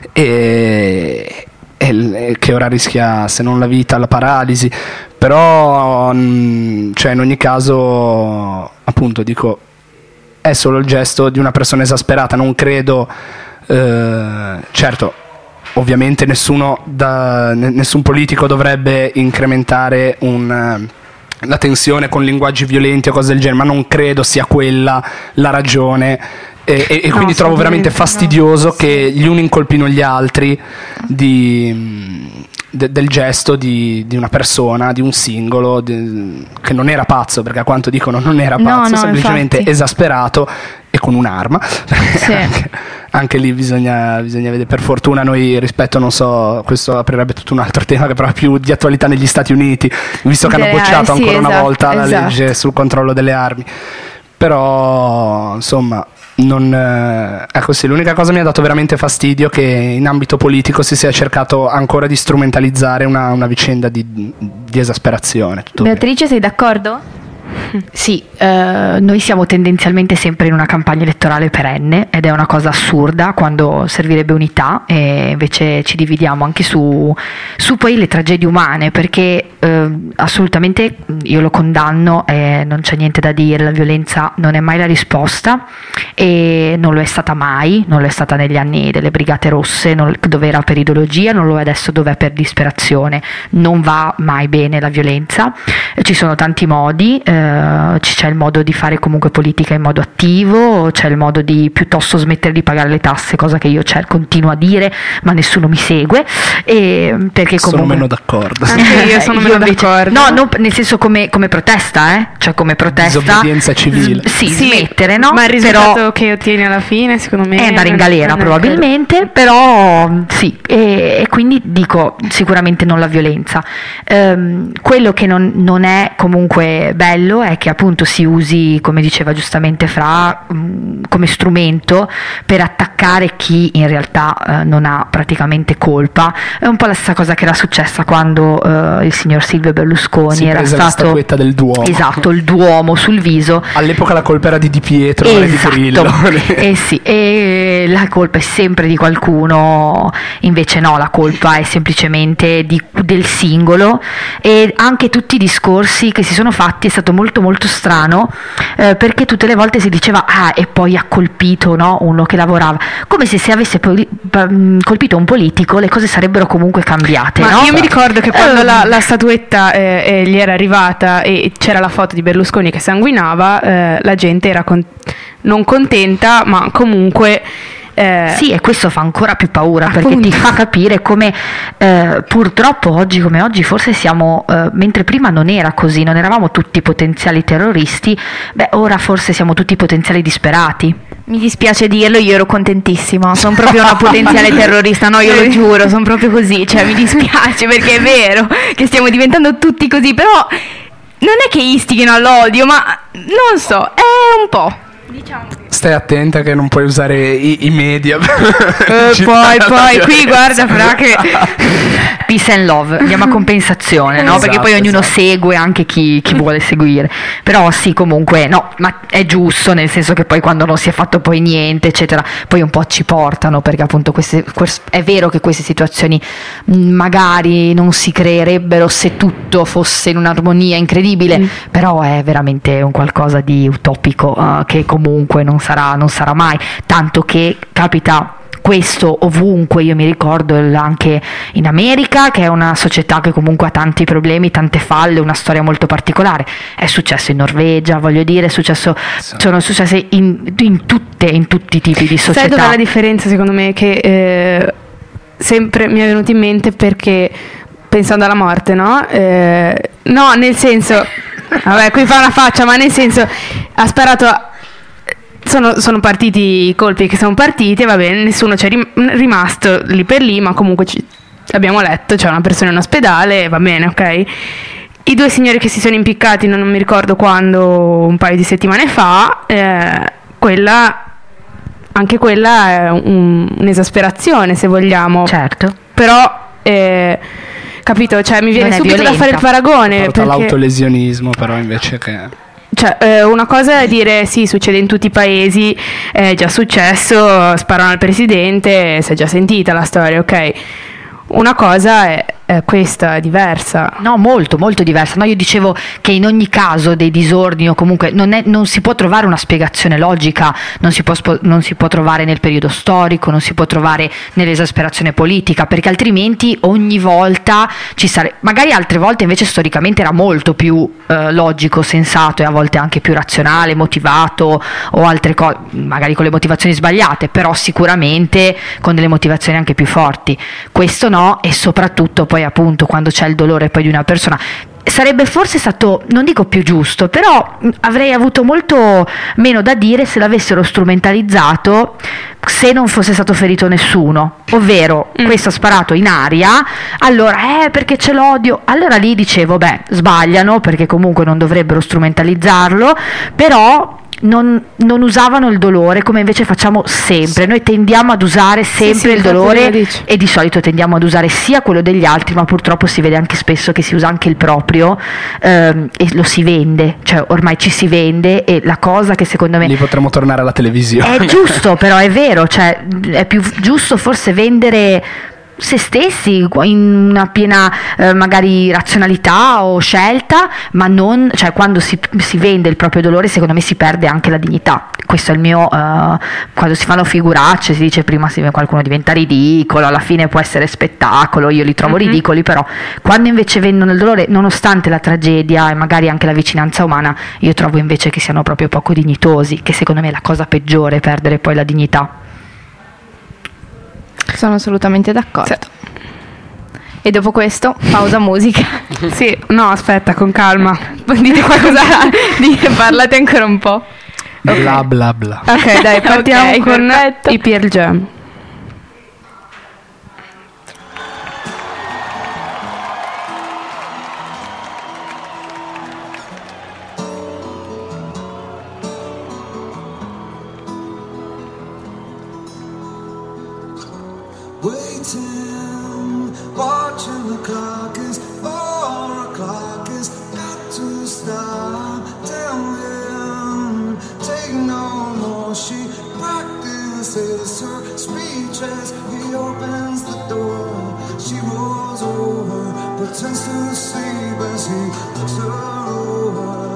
e, e che ora rischia, se non la vita, la paralisi. Però mh, cioè in ogni caso, appunto, dico, è solo il gesto di una persona esasperata, non credo, eh, certo, ovviamente nessuno da, n- nessun politico dovrebbe incrementare un, eh, la tensione con linguaggi violenti o cose del genere, ma non credo sia quella la ragione. E, e- e No, quindi trovo veramente assolutamente no. fastidioso che gli uni incolpino gli altri di, de- del gesto di, di una persona, di un singolo, di- che non era pazzo, perché a quanto dicono non era No, pazzo, no, semplicemente infatti. esasperato e con un'arma. Sì. anche, anche lì bisogna, bisogna vedere. Per fortuna noi, rispetto, non so, questo aprirebbe tutto un altro tema che però è più di attualità negli Stati Uniti, visto che hanno Delle- bocciato sì, ancora una esatto, volta la esatto. legge sul controllo delle armi. Però insomma, non, eh, ecco sì, l'unica cosa mi ha dato veramente fastidio che in ambito politico si sia cercato ancora di strumentalizzare una, una vicenda di, di esasperazione. Tutto bene. Beatrice, sei d'accordo? Sì, eh, noi siamo tendenzialmente sempre in una campagna elettorale perenne ed è una cosa assurda quando servirebbe unità, e invece ci dividiamo anche su, su poi le tragedie umane, perché eh, assolutamente io lo condanno e non c'è niente da dire, la violenza non è mai la risposta e non lo è stata mai, non lo è stata negli anni delle Brigate Rosse, non- dove era per ideologia, non lo è adesso dove è per disperazione, non va mai bene la violenza, ci sono tanti modi. eh, c'è il modo di fare comunque politica in modo attivo, c'è il modo di piuttosto smettere di pagare le tasse, cosa che io cer- continuo a dire ma nessuno mi segue, e, perché Sono comunque meno d'accordo. Anche io sono meno invece- d'accordo. no, no, nel senso come, come protesta, eh? Cioè come protesta, Disobbedienza civile. S- sì, Sì, smettere, no? Ma il risultato Però che ottieni alla fine, secondo me, è andare in non- galera non è- probabilmente, però sì, e, e quindi dico sicuramente non la violenza. Ehm, quello che non, non è comunque bello è che appunto si usi, come diceva giustamente Fra, mh, come strumento per attaccare chi in realtà eh, non ha praticamente colpa. È un po' la stessa cosa che era successa quando eh, il signor Silvio Berlusconi Si era prese la stato statuetta del Duomo. esatto, il Duomo sul viso. All'epoca la colpa era di Di Pietro, non Esatto. di Grillo. Eh sì, e la colpa è sempre di qualcuno, invece no, la colpa è semplicemente di- del singolo, e anche tutti i discorsi che si sono fatti è stato molto molto strano, eh, perché tutte le volte si diceva ah, e poi ha colpito, no, uno che lavorava, come se se avesse poli- pa- mh, colpito un politico le cose sarebbero comunque cambiate, Ma no? io mi ricordo che quando Ehm, la, la statuetta eh, eh, gli era arrivata e c'era la foto di Berlusconi che sanguinava, eh, la gente era con- non contenta, ma comunque... eh, Sì, e questo fa ancora più paura, perché Appunto. ti fa capire come eh, purtroppo oggi come oggi forse siamo, eh, mentre prima non era così, non eravamo tutti potenziali terroristi, beh ora forse siamo tutti potenziali disperati. Mi dispiace dirlo, io ero contentissima, sono proprio una potenziale terrorista, no, io lo giuro, sono proprio così, cioè mi dispiace perché è vero che stiamo diventando tutti così, però non è che istighino all'odio, ma non so, è un po', diciamo. Stai attenta che non puoi usare i, i media. Eh, poi, poi, qui guarda, però che peace and love, andiamo a compensazione, no? Esatto, Perché poi ognuno esatto. segue anche chi, chi vuole seguire. Però sì, comunque, no, ma è giusto, nel senso che poi quando non si è fatto poi niente, eccetera, poi un po' ci portano, perché appunto queste, quest- è vero che queste situazioni mh, magari non si creerebbero se tutto fosse in un'armonia incredibile, Mm. però è veramente un qualcosa di utopico, eh, che comunque non sarà, non sarà mai, tanto che capita questo ovunque. Io mi ricordo il- anche in America, che è una società che comunque ha tanti problemi, tante falle, una storia molto particolare. È successo in Norvegia, voglio dire, è successo, sono successe in, in tutte, in tutti i tipi di società. sai dov'è la differenza secondo me? Che eh, sempre mi è venuto in mente, perché pensando alla morte, no? Eh, no, nel senso, vabbè, qui fa una faccia, ma nel senso, ha sparato. Sono, sono partiti i colpi che sono partiti, e va bene, nessuno c'è rim- rimasto lì per lì, ma comunque ci, abbiamo letto, c'è una persona in ospedale, va bene, ok? I due signori che si sono impiccati, non, non mi ricordo quando, un paio di settimane fa, eh, quella, anche quella è un- un'esasperazione, se vogliamo. Certo. Però, eh, capito, cioè mi viene Non è subito da violenta. fare il paragone. Porta Perché... all'autolesionismo, però, invece che... Cioè, eh, una cosa è dire sì, succede in tutti i paesi, è già successo, sparano al presidente, si è già sentita la storia, ok? Una cosa è, è questa, è diversa. No, molto, molto diversa. No, io dicevo che in ogni caso dei disordini, o comunque non, è- non si può trovare una spiegazione logica, non si può, spo- non si può trovare nel periodo storico, non si può trovare nell'esasperazione politica, perché altrimenti ogni volta ci sarebbe, magari altre volte invece storicamente era molto più eh, logico, sensato, e a volte anche più razionale, motivato, o altre cose, magari con le motivazioni sbagliate, però sicuramente con delle motivazioni anche più forti. Questo no, e soprattutto poi appunto quando c'è il dolore poi di una persona, sarebbe forse stato, non dico più giusto, però mh, avrei avuto molto meno da dire se l'avessero strumentalizzato, se non fosse stato ferito nessuno, ovvero Mm. questo ha sparato in aria, allora eh perché c'è l'odio, allora lì dicevo beh, sbagliano, perché comunque non dovrebbero strumentalizzarlo, però non, non usavano il dolore come invece facciamo sempre. Noi tendiamo ad usare sempre sì, il infatti dolore, lo dici. e di solito tendiamo ad usare sia quello degli altri, ma purtroppo si vede anche spesso che si usa anche il proprio, ehm, e lo si vende, cioè ormai ci si vende, e la cosa che secondo me Lì potremmo tornare alla televisione. è giusto, però è vero, cioè è più giusto forse vendere se stessi in una piena eh, magari razionalità o scelta, ma non, cioè quando si, si vende il proprio dolore secondo me si perde anche la dignità. Questo è il mio, eh, quando si fanno figuracce si dice prima si, qualcuno diventa ridicolo, alla fine può essere spettacolo, io li trovo Mhm. ridicoli, però quando invece vendono il dolore nonostante la tragedia e magari anche la vicinanza umana, io trovo invece che siano proprio poco dignitosi, che secondo me è la cosa peggiore, perdere poi la dignità. Sono assolutamente d'accordo. E dopo questo, pausa musica. Sì, no, aspetta, con calma. Dite qualcosa. Dite, parlate ancora un po'. Bla bla bla. Ok, dai, partiamo Ok, con perfetto. i Pearl Jam. Waiting, watching the clock is four o'clock. It's got to stop. Tell him, take no more. She practices her speech as he opens the door. She rolls over, pretends to sleep as he looks her over.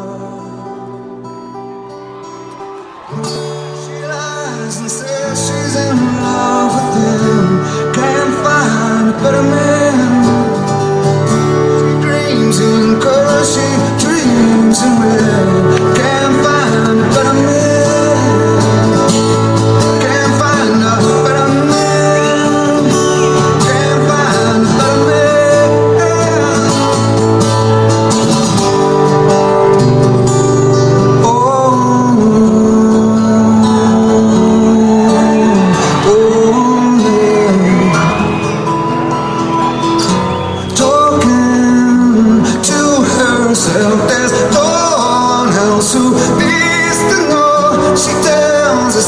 She lies and says she's in love with him. Can't find a better man. She dreams in color, she dreams in red. Can't find a better man. Can't find a better man. Can't find a better man. Talking to herself, there's no one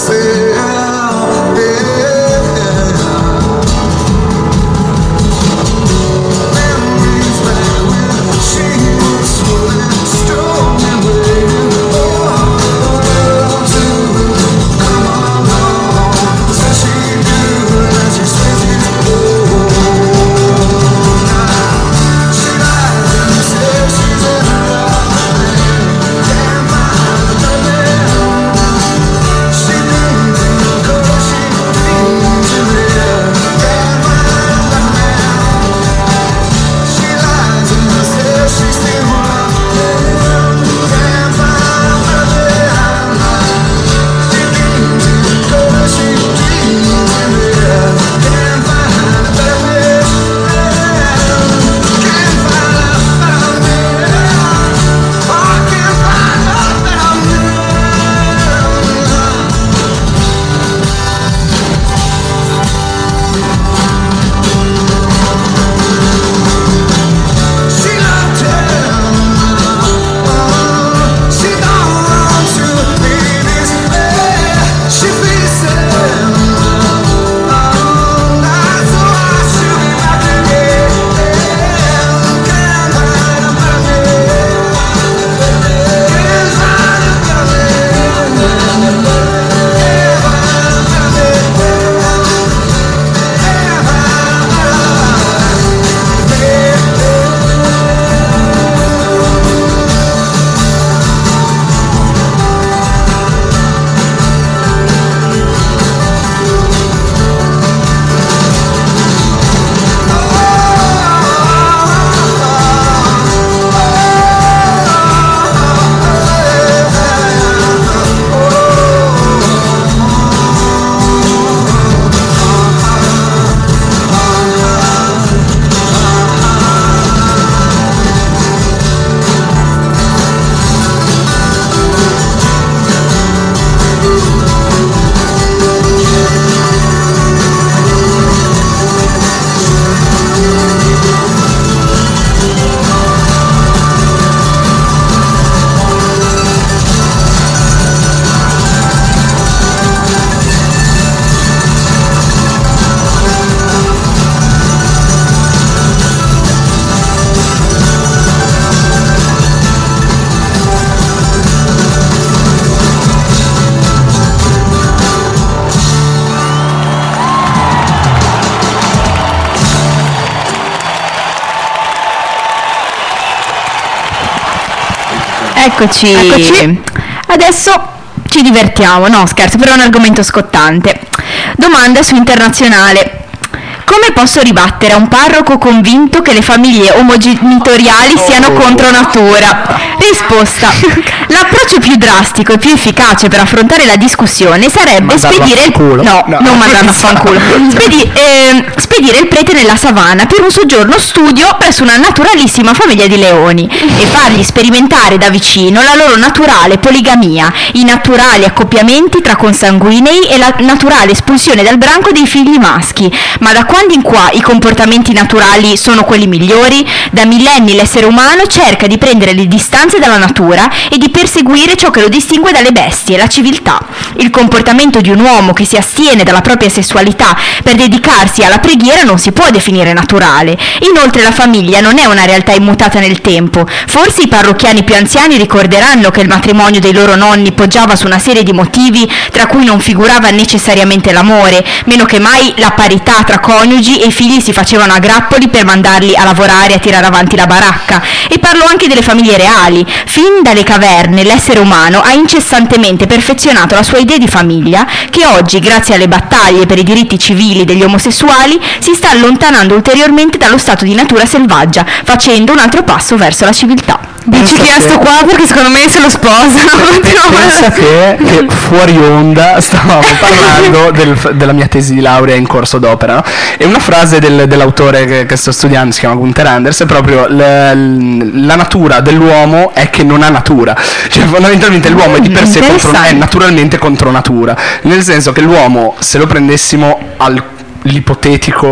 Eccoci. Eccoci. Adesso ci divertiamo, no scherzo, però è un argomento scottante. Domanda su Internazionale. Come posso ribattere a un parroco convinto che le famiglie omogenitoriali siano Oh. contro natura? Risposta. L'approccio più drastico e più efficace per affrontare la discussione sarebbe Mandarlo spedire a il fanculo. no, No. non mandarlo a fanculo. Spedi- ehm, spedire il prete nella savana per un soggiorno studio presso una naturalissima famiglia di leoni e fargli sperimentare da vicino la loro naturale poligamia, i naturali accoppiamenti tra consanguinei e la naturale espulsione dal branco dei figli maschi. Ma da quando in qua i comportamenti naturali sono quelli migliori? Da millenni l'essere umano cerca di prendere le distanze dalla natura e di perseguire ciò che lo distingue dalle bestie, la civiltà. Il comportamento di un uomo che si astiene dalla propria sessualità per dedicarsi alla preghiera non si può definire naturale. Inoltre la famiglia non è una realtà immutata nel tempo. Forse i parrocchiani più anziani ricorderanno che il matrimonio dei loro nonni poggiava su una serie di motivi tra cui non figurava necessariamente l'amore, meno che mai la parità tra coniugi, e i figli si facevano a grappoli per mandarli a lavorare e a tirare avanti la baracca. E parlo anche delle famiglie reali. Fin dalle caverne l'essere umano ha incessantemente perfezionato la sua idea di famiglia, che oggi, grazie alle battaglie per i diritti civili degli omosessuali, si sta allontanando ulteriormente dallo stato di natura selvaggia, facendo un altro passo verso la civiltà. Dici chi è sto qua perché secondo me se lo sposano. Pensa che, che fuori onda stavamo parlando del- della mia tesi di laurea in corso d'opera, no? E una frase del- dell'autore che, che sto studiando, si chiama Gunther Anders, è proprio l- l- la natura dell'uomo è che non ha natura, cioè fondamentalmente l'uomo è di per sé contro, è Interessante. naturalmente contro natura, nel senso che l'uomo, se lo prendessimo all'ipotetico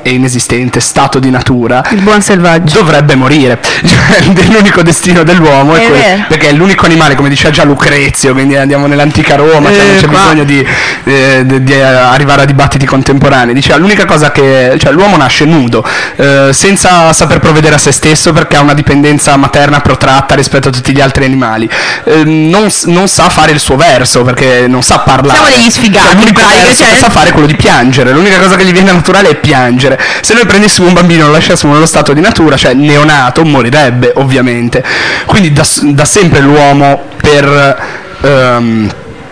e inesistente stato di natura, il buon selvaggio, dovrebbe morire. Cioè, l'unico destino dell'uomo è, È quello, vero. perché è l'unico animale, come diceva già Lucrezio, quindi andiamo nell'antica Roma, cioè non Eh, c'è qua. bisogno di, eh, di- di arrivare a dibattiti contemporanei. Diceva l'unica cosa che, cioè l'uomo nasce nudo, eh, senza saper provvedere a se stesso perché ha una dipendenza materna protratta rispetto a tutti gli altri animali, eh, non, s- non sa fare il suo verso perché non sa parlare. Siamo degli sfigati, Cioè, l'unico in pratica, verso cioè- che sa fare è quello di piangere. L'unica cosa che gli viene naturale è piangere. Se noi prendessimo un bambino e lo lasciassimo nello stato di natura, cioè neonato, morirebbe ovviamente. Quindi da, s- da sempre l'uomo per ehm,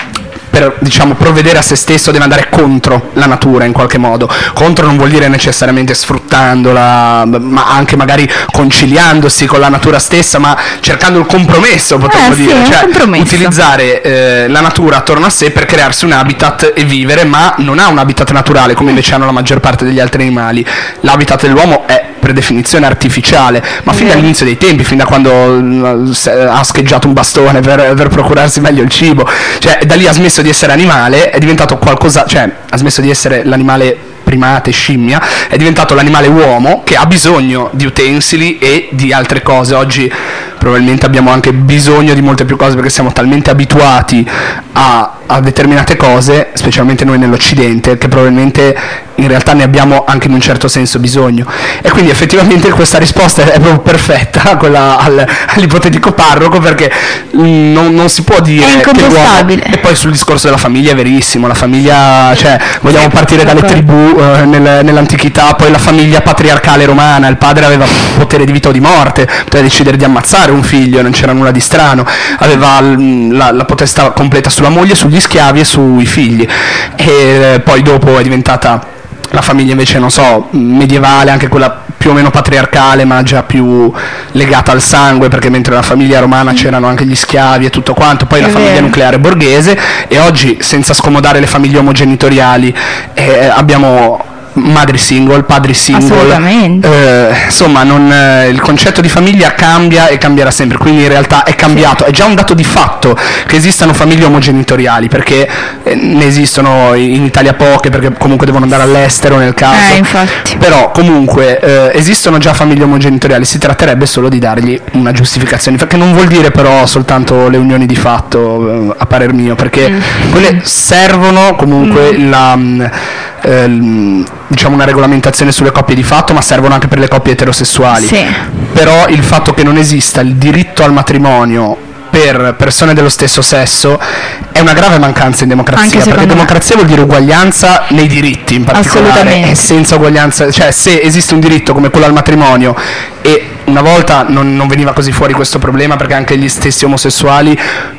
per diciamo provvedere a se stesso deve andare contro la natura in qualche modo. Contro non vuol dire necessariamente sfruttandola, ma anche magari conciliandosi con la natura stessa, ma cercando il compromesso, potremmo Eh, sì, dire, un cioè compromesso. utilizzare eh, la natura attorno a sé per crearsi un habitat e vivere, ma non ha un habitat naturale come invece hanno la maggior parte degli altri animali. L'habitat dell'uomo è per definizione artificiale, ma fin dall'inizio dei tempi, fin da quando mm, se- ha scheggiato un bastone per, per procurarsi meglio il cibo, cioè da lì ha smesso di essere animale, è diventato qualcosa, cioè ha smesso di essere l'animale primate, scimmia, è diventato l'animale uomo che ha bisogno di utensili e di altre cose. Oggi probabilmente abbiamo anche bisogno di molte più cose perché siamo talmente abituati a, a determinate cose, specialmente noi nell'Occidente, che probabilmente in realtà ne abbiamo anche in un certo senso bisogno. E quindi effettivamente questa risposta è proprio perfetta, quella al- all'ipotetico parroco, perché mm, non, non si può dire È che l'uomo... incontestabile. E poi sul discorso della famiglia è verissimo, la famiglia, cioè vogliamo partire dalle tribù eh, nel- nell'antichità, poi la famiglia patriarcale romana, il padre aveva potere di vita o di morte, poteva decidere di ammazzare un figlio, non c'era nulla di strano, aveva l- la, la potestà completa sulla moglie, sugli schiavi e sui figli. E eh, poi dopo è diventata la famiglia invece, non so, medievale, anche quella più o meno patriarcale, ma già più legata al sangue, perché mentre la famiglia romana c'erano anche gli schiavi e tutto quanto, poi È la famiglia vero. nucleare borghese, e oggi, senza scomodare le famiglie omogenitoriali, eh, abbiamo madri single, padri single. Assolutamente. Eh, insomma, non, eh, il concetto di famiglia cambia e cambierà sempre, quindi in realtà è cambiato. È già un dato di fatto che esistano famiglie omogenitoriali, perché eh, ne esistono in Italia poche, perché comunque devono andare all'estero nel caso. Eh, infatti. Però comunque eh, esistono già famiglie omogenitoriali, si tratterebbe solo di dargli una giustificazione, perché non vuol dire però soltanto le unioni di fatto, eh, a parer mio, perché quelle servono comunque la mh, eh, l- diciamo una regolamentazione sulle coppie di fatto, ma servono anche per le coppie eterosessuali. Sì. Però il fatto che non esista il diritto al matrimonio per persone dello stesso sesso è una grave mancanza in democrazia, Anche perché secondo me. democrazia vuol dire uguaglianza nei diritti in particolare, Assolutamente. e senza uguaglianza, cioè se esiste un diritto come quello al matrimonio, e una volta non, non veniva così fuori questo problema perché anche gli stessi omosessuali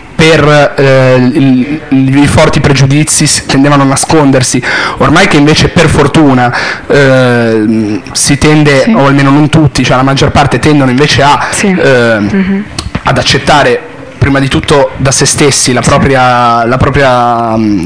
per eh, il- il- i forti pregiudizi s- tendevano a nascondersi, ormai che invece per fortuna eh, si tende, Sì. o almeno non tutti, cioè la maggior parte tendono invece a Sì. eh, ad accettare prima di tutto da se stessi la propria, la propria mm,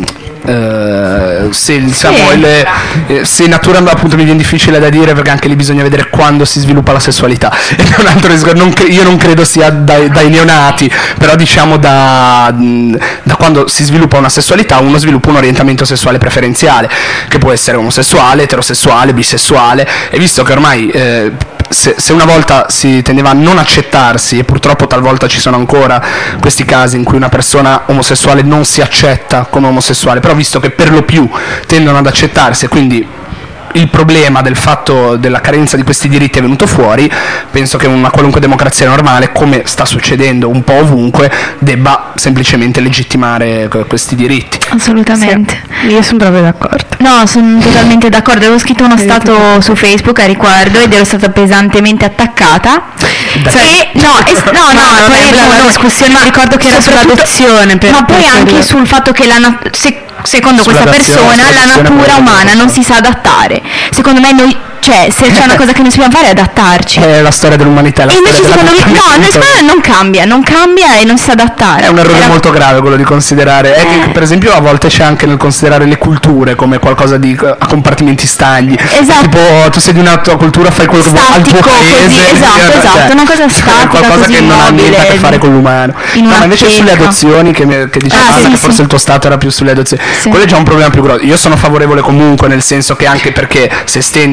eh, se, diciamo, il- eh, se natura, appunto mi viene difficile da dire perché anche lì bisogna vedere quando si sviluppa la sessualità. Ed è un altro discorso, non cre- io non credo sia dai, dai neonati, però diciamo da, mm, da quando si sviluppa una sessualità uno sviluppa un orientamento sessuale preferenziale, che può essere omosessuale, eterosessuale, bisessuale, e visto che ormai eh, se, se una volta si tendeva a non accettarsi, e purtroppo talvolta ci sono ancora questi casi in cui una persona omosessuale non si accetta come omosessuale, però visto che per lo più tendono ad accettarsi e quindi il problema del fatto della carenza di questi diritti è venuto fuori, penso che una qualunque democrazia normale, come sta succedendo un po' ovunque, debba semplicemente legittimare que- questi diritti. Assolutamente. Io sono proprio d'accordo. No, sono totalmente d'accordo. Avevo scritto uno stato su Facebook a riguardo ed ero stata pesantemente attaccata. Da E, no, es- no, no, No, non poi è la, no, la no, discussione ma mi ricordo che era soprattutto- sull'adozione, per- ma poi per anche quello- sul fatto che la na- se- secondo questa Sull'adozione, persona la sull'adozione natura poi- umana non si sa adattare. Secondo me noi, cioè, se c'è una cosa che non sappiamo fare è adattarci. È la storia dell'umanità, è la E invece storia secondo me no, noi dell'adattamento. secondo me non cambia, non cambia e non si sa adattare. È un errore Era- molto grave quello di considerare, è che Eh. per esempio a volte c'è anche nel considerare le culture come qualcosa di a compartimenti stagni. Esatto. Tipo tu sei di una tua cultura, fai quello che vuoi al tuo Statico, paese. così, esatto, cioè, esatto, una cosa statica, qualcosa così che non ha niente a che immobile, fare con l'umano. in No, una ma invece sulle teca. adozioni che, mi- che dicevamo, Ah, sì, che sì. forse il tuo stato era più sulle adozioni. Sì. Quello è già un problema più grosso. Io sono favorevole comunque, nel senso che anche perché se estendi il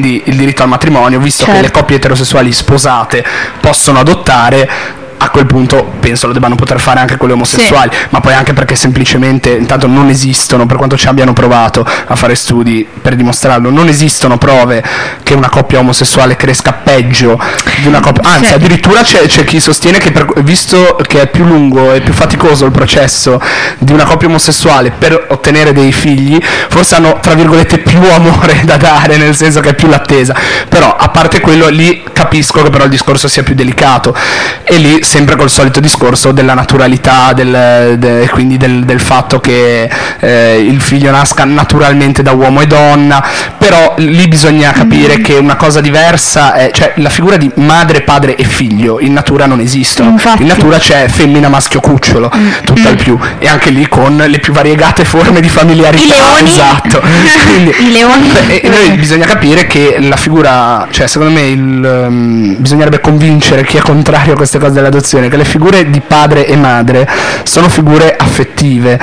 diritto al matrimonio, visto Certo. che le coppie eterosessuali sposate possono adottare, a quel punto penso lo debbano poter fare anche quelle omosessuali, sì. Ma poi anche perché semplicemente intanto non esistono, per quanto ci abbiano provato a fare studi per dimostrarlo, non esistono prove che una coppia omosessuale cresca peggio di una coppia, anzi sì. Addirittura c'è, c'è chi sostiene che per, visto che è più lungo e più faticoso il processo di una coppia omosessuale per ottenere dei figli, forse hanno tra virgolette più amore da dare, nel senso che è più l'attesa, però a parte quello lì capisco che però il discorso sia più delicato, e lì sempre col solito discorso della naturalità, del, de, quindi del, del fatto che eh, il figlio nasca naturalmente da uomo e donna, però lì bisogna capire mm. che una cosa diversa è, cioè la figura di madre, padre e figlio in natura non esistono. Infatti. In natura c'è femmina, maschio, cucciolo, mm. tutt'al più, e anche lì con le più variegate forme di familiarità. I leoni. Esatto. Quindi, I leoni. E, e noi bisogna capire che la figura, cioè secondo me il, um, bisognerebbe convincere chi è contrario a queste cose della adozione, che le figure di padre e madre sono figure affettive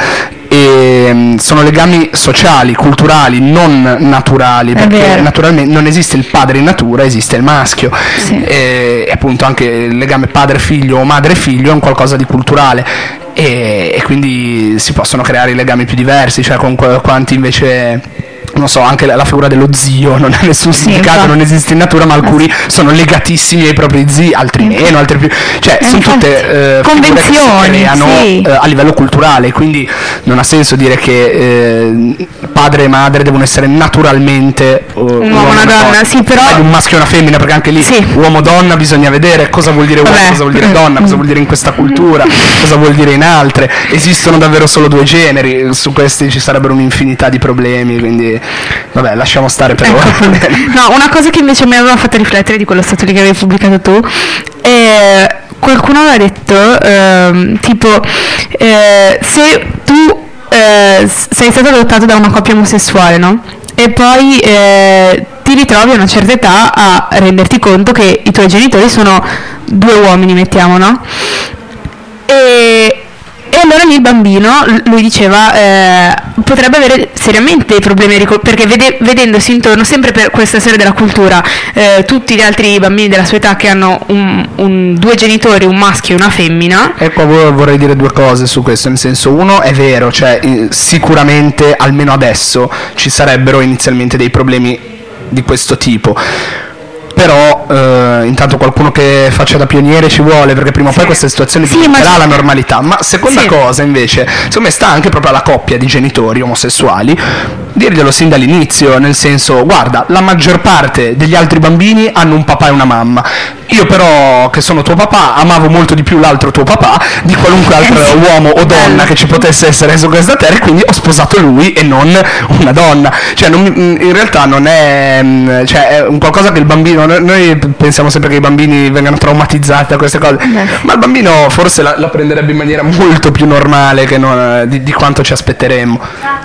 e sono legami sociali, culturali, non naturali, perché naturalmente non esiste il padre in natura, esiste il maschio, sì. e, e appunto anche il legame padre-figlio o madre-figlio è un qualcosa di culturale, e, e quindi si possono creare i legami più diversi, cioè con quanti invece... non so, anche la, la figura dello zio non ha nessun sì, significato, infatti. Non esiste in natura, ma alcuni ah, sì. sono legatissimi ai propri zii, altri infatti. meno, altri più, cioè eh, sono tutte eh, convenzioni che si creano sì. eh, a livello culturale, quindi non ha senso dire che eh, padre e madre devono essere naturalmente uh, un uomo e una donna, donna. Sì, però un maschio e una femmina, perché anche lì sì. uomo-donna bisogna vedere cosa vuol dire uomo, cosa vuol dire donna, cosa vuol dire in questa cultura, cosa vuol dire in altre, esistono davvero solo due generi, su questi ci sarebbero un'infinità di problemi, quindi vabbè, lasciamo stare per ora. No, una cosa che invece mi aveva fatto riflettere di quello stato lì che avevi pubblicato tu, eh, qualcuno aveva detto ehm, tipo eh, se tu eh, sei stato adottato da una coppia omosessuale, no? E poi eh, ti ritrovi a una certa età a renderti conto che i tuoi genitori sono due uomini, mettiamo, no? E E allora lì il bambino, lui diceva, eh, potrebbe avere seriamente problemi, perché vede, vedendosi intorno, sempre per questa storia della cultura, eh, tutti gli altri bambini della sua età che hanno un, un, due genitori, un maschio e una femmina. E qua vorrei dire due cose su questo, nel senso, uno è vero, cioè eh, sicuramente, almeno adesso, ci sarebbero inizialmente dei problemi di questo tipo. Però eh, intanto qualcuno che faccia da pioniere ci vuole, perché prima o poi questa situazione sì, diventerà ma... la normalità. Ma seconda sì. cosa invece, secondo me sta anche proprio alla coppia di genitori omosessuali dirglielo sin dall'inizio, nel senso, guarda, la maggior parte degli altri bambini hanno un papà e una mamma, io però che sono tuo papà amavo molto di più l'altro tuo papà di qualunque altro eh sì. uomo o donna che ci potesse essere su questa terra, e quindi ho sposato lui e non una donna. Cioè non, in realtà non è, cioè è un qualcosa che il bambino, noi pensiamo sempre che i bambini vengano traumatizzati da queste cose, Beh. ma il bambino forse la, la prenderebbe in maniera molto più normale che non, di, di quanto ci aspetteremmo.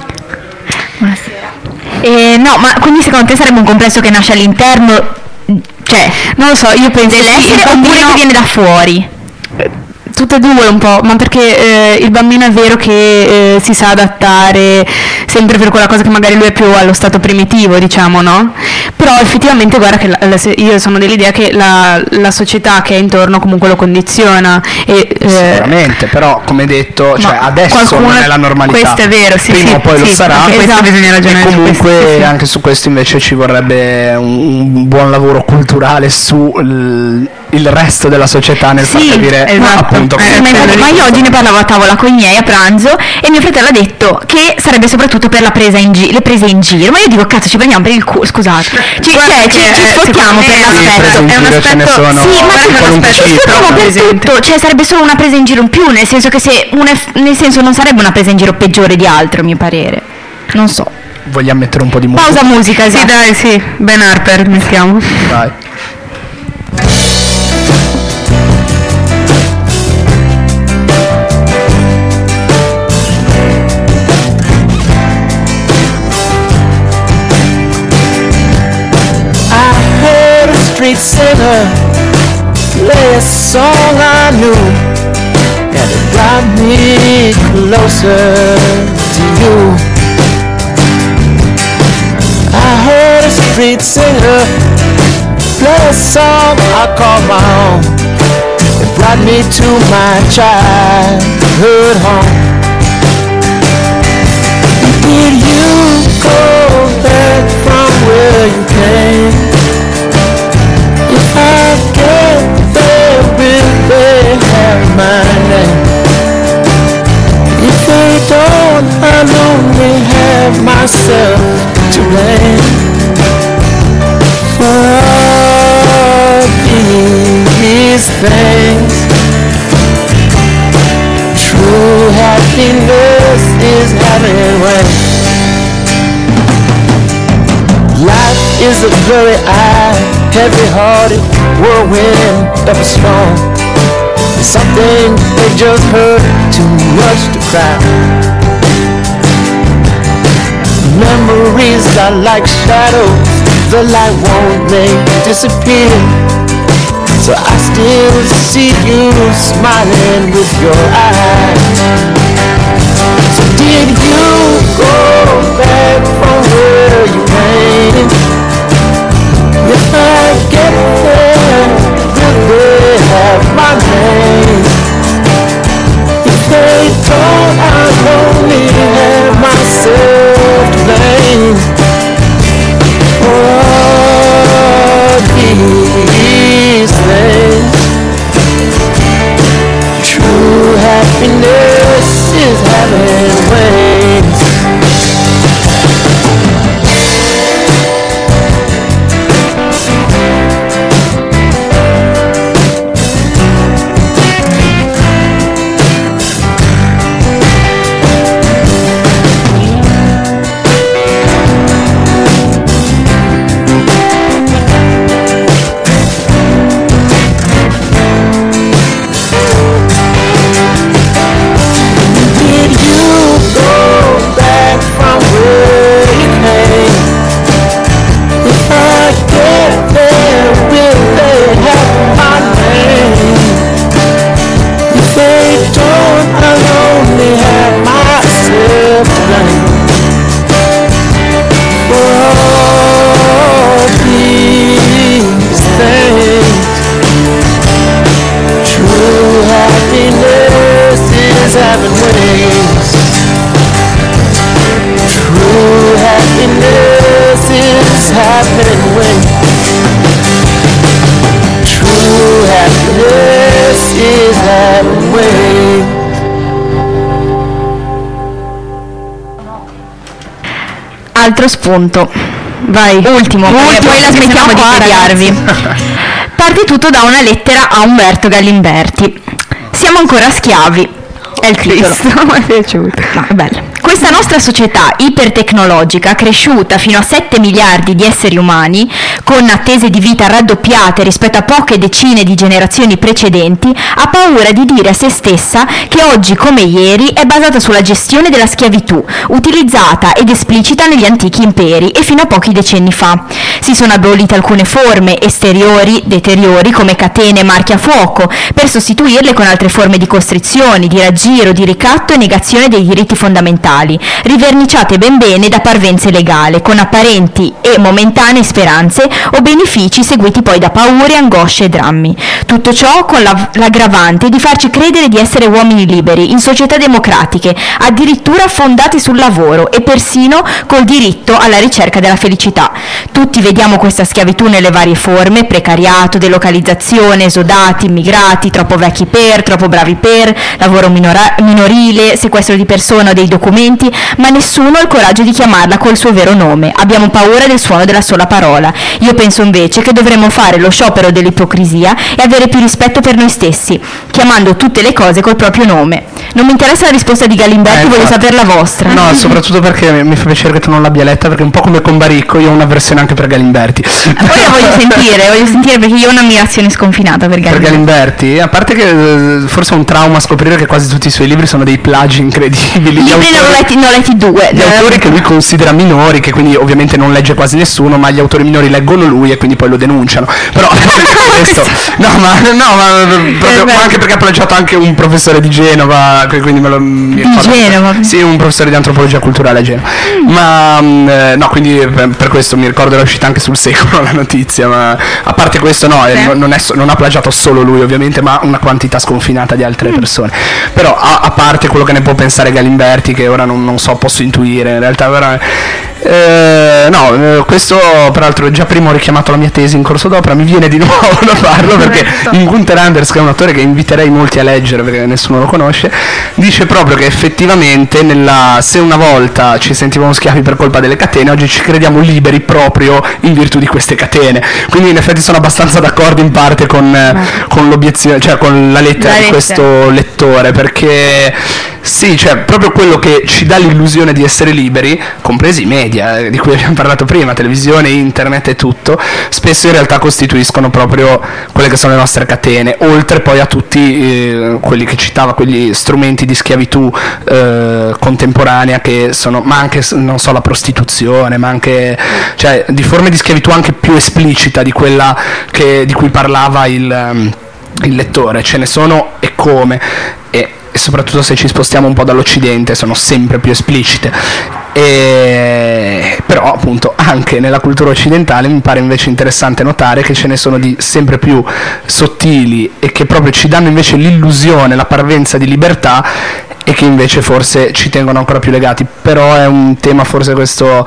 Buonasera. Eh, no, ma quindi secondo te sarebbe un complesso che nasce all'interno, cioè, non lo so, io penso dell'essere sì, oppure che viene da fuori? Tutte e due un po', ma perché eh, il bambino è vero che eh, si sa adattare sempre per quella cosa che magari lui è più allo stato primitivo, diciamo, no? Però effettivamente guarda che la, la, io sono dell'idea che la, la società che è intorno comunque lo condiziona e, eh, sicuramente, però come detto, cioè adesso non è la normalità, questo è vero, sì, prima sì, o poi sì, lo sarà, esatto. Questo bisogna ragionare, e comunque su questo, sì. anche su questo invece ci vorrebbe un, un buon lavoro culturale su il, il resto della società, nel sì, far capire esatto. appunto eh, ma io oggi ne parlavo a tavola con i miei a pranzo e mio fratello ha detto che sarebbe soprattutto per la presa in gi- le prese in giro, ma io dico cazzo, ci prendiamo per il culo, scusate, ci, cioè, ci, ci sfottiamo per l'aspetto, è un aspetto sono, sì, ma ci sfottiamo per tutto, cioè sarebbe solo una presa in giro in più, nel senso che se una, nel senso non sarebbe una presa in giro peggiore di altro, a mio parere, non so. Vogliamo mettere un po' di musica? Pausa musica, esatto. Sì, dai, sì, Ben Harper mettiamo. Dai. Street singer play a song I knew, and it brought me closer to you. I heard a street singer I call my own. It brought me to my childhood home. Did you go back from where you came? If I get there, will they have my name? If they don't, I'll only have myself to blame for all these things. True happiness is having when life is a blurry-eyed, heavy-hearted whirlwind of a storm. Some things they just hurt too much to cry. Memories are like shadows, the light won't make disappear. So I still see you smiling with your eyes. So did you go back from where you came? If I get there, will they have my name? If they don't, I'll only have myself to blame for all these things. True happiness is having wings. Altro spunto, vai, ultimo, perché poi la smettiamo di tediarvi. Parte tutto da una lettera a Umberto Galimberti. Siamo ancora schiavi, è il titolo. Mi è piaciuto. Ma è bello. Questa nostra società ipertecnologica, cresciuta fino a sette miliardi di esseri umani, con attese di vita raddoppiate rispetto a poche decine di generazioni precedenti, ha paura di dire a se stessa che oggi come ieri è basata sulla gestione della schiavitù, utilizzata ed esplicita negli antichi imperi e fino a pochi decenni fa. Si sono abolite alcune forme esteriori, deteriori, come catene e marchi a fuoco, per sostituirle con altre forme di costrizioni, di raggiro, di ricatto e negazione dei diritti fondamentali, riverniciate ben bene da parvenze legale, con apparenti e momentanee speranze o benefici seguiti poi da paure, angosce e drammi. Tutto ciò con la, l'aggravante di farci credere di essere uomini liberi, in società democratiche, addirittura fondate sul lavoro e persino col diritto alla ricerca della felicità. Tutti vediamo questa schiavitù nelle varie forme: precariato, delocalizzazione, esodati, immigrati, troppo vecchi per, troppo bravi per, lavoro minora- minorile, sequestro di persona o dei documenti, ma nessuno ha il coraggio di chiamarla col suo vero nome. Abbiamo paura del suono della sola parola. Io penso invece che dovremmo fare lo sciopero dell'ipocrisia e avere più rispetto per noi stessi, chiamando tutte le cose col proprio nome. Non mi interessa la risposta di Galimberti, eh, voglio infatti. sapere la vostra. No, soprattutto perché mi fa piacere che tu non l'abbia letta, perché un po' come con Baricco io ho un'avversione anche per Galimberti. Poi la voglio sentire, voglio sentire perché io ho un'ammirazione sconfinata per Galimberti. Per Galimberti, a parte che eh, forse è un trauma scoprire che quasi tutti i suoi libri sono dei plagi incredibili. Libri ne ho letti, ne ho letti due. Gli autori che lui considera minori, che quindi ovviamente non legge quasi nessuno, ma gli autori minori leggono lui e quindi poi lo denunciano. Però questo, no, ma, no, ma, proprio, ma anche perché ha plagiato anche un professore di Genova, quindi me lo mi Di ricordo. Genova? Sì, un professore di antropologia culturale a Genova. Mm. Ma eh, no, quindi per, per questo mi ricordo era uscita anche sul Secolo la notizia, ma a parte questo no, eh, non, è, non ha plagiato solo lui ovviamente, ma una quantità sconfinata di altre persone. Però a, a parte quello che ne può pensare Galimberti, che ora non, non so, posso intuire, in realtà ora, eh, no, eh, questo peraltro già prima ho richiamato la mia tesi in corso d'opera, mi viene di nuovo da farlo perché in Gunther Anders, che è un autore che inviterei molti a leggere perché nessuno lo conosce, dice proprio che effettivamente nella, se una volta ci sentivamo schiavi per colpa delle catene, oggi ci crediamo liberi proprio in virtù di queste catene. Quindi in effetti sono abbastanza d'accordo in parte con, eh, con l'obiezione, cioè con la lettera La di lettera. questo lettore, perché sì, cioè proprio quello che ci dà l'illusione di essere liberi, compresi i media, eh, di cui abbiamo parlato prima, televisione, internet e tutto, spesso in realtà costituiscono proprio quelle che sono le nostre catene, oltre poi a tutti eh, quelli che citava, quegli strumenti di schiavitù eh, contemporanea che sono, ma anche, non so, la prostituzione, ma anche, cioè, di forme di schiavitù anche più esplicita di quella che, di cui parlava il, um, il lettore, ce ne sono e come, e, e soprattutto se ci spostiamo un po' dall'Occidente sono sempre più esplicite. E, però appunto anche nella cultura occidentale mi pare invece interessante notare che ce ne sono di sempre più sottili e che proprio ci danno invece l'illusione, la parvenza di libertà, e che invece forse ci tengono ancora più legati. Però è un tema forse questo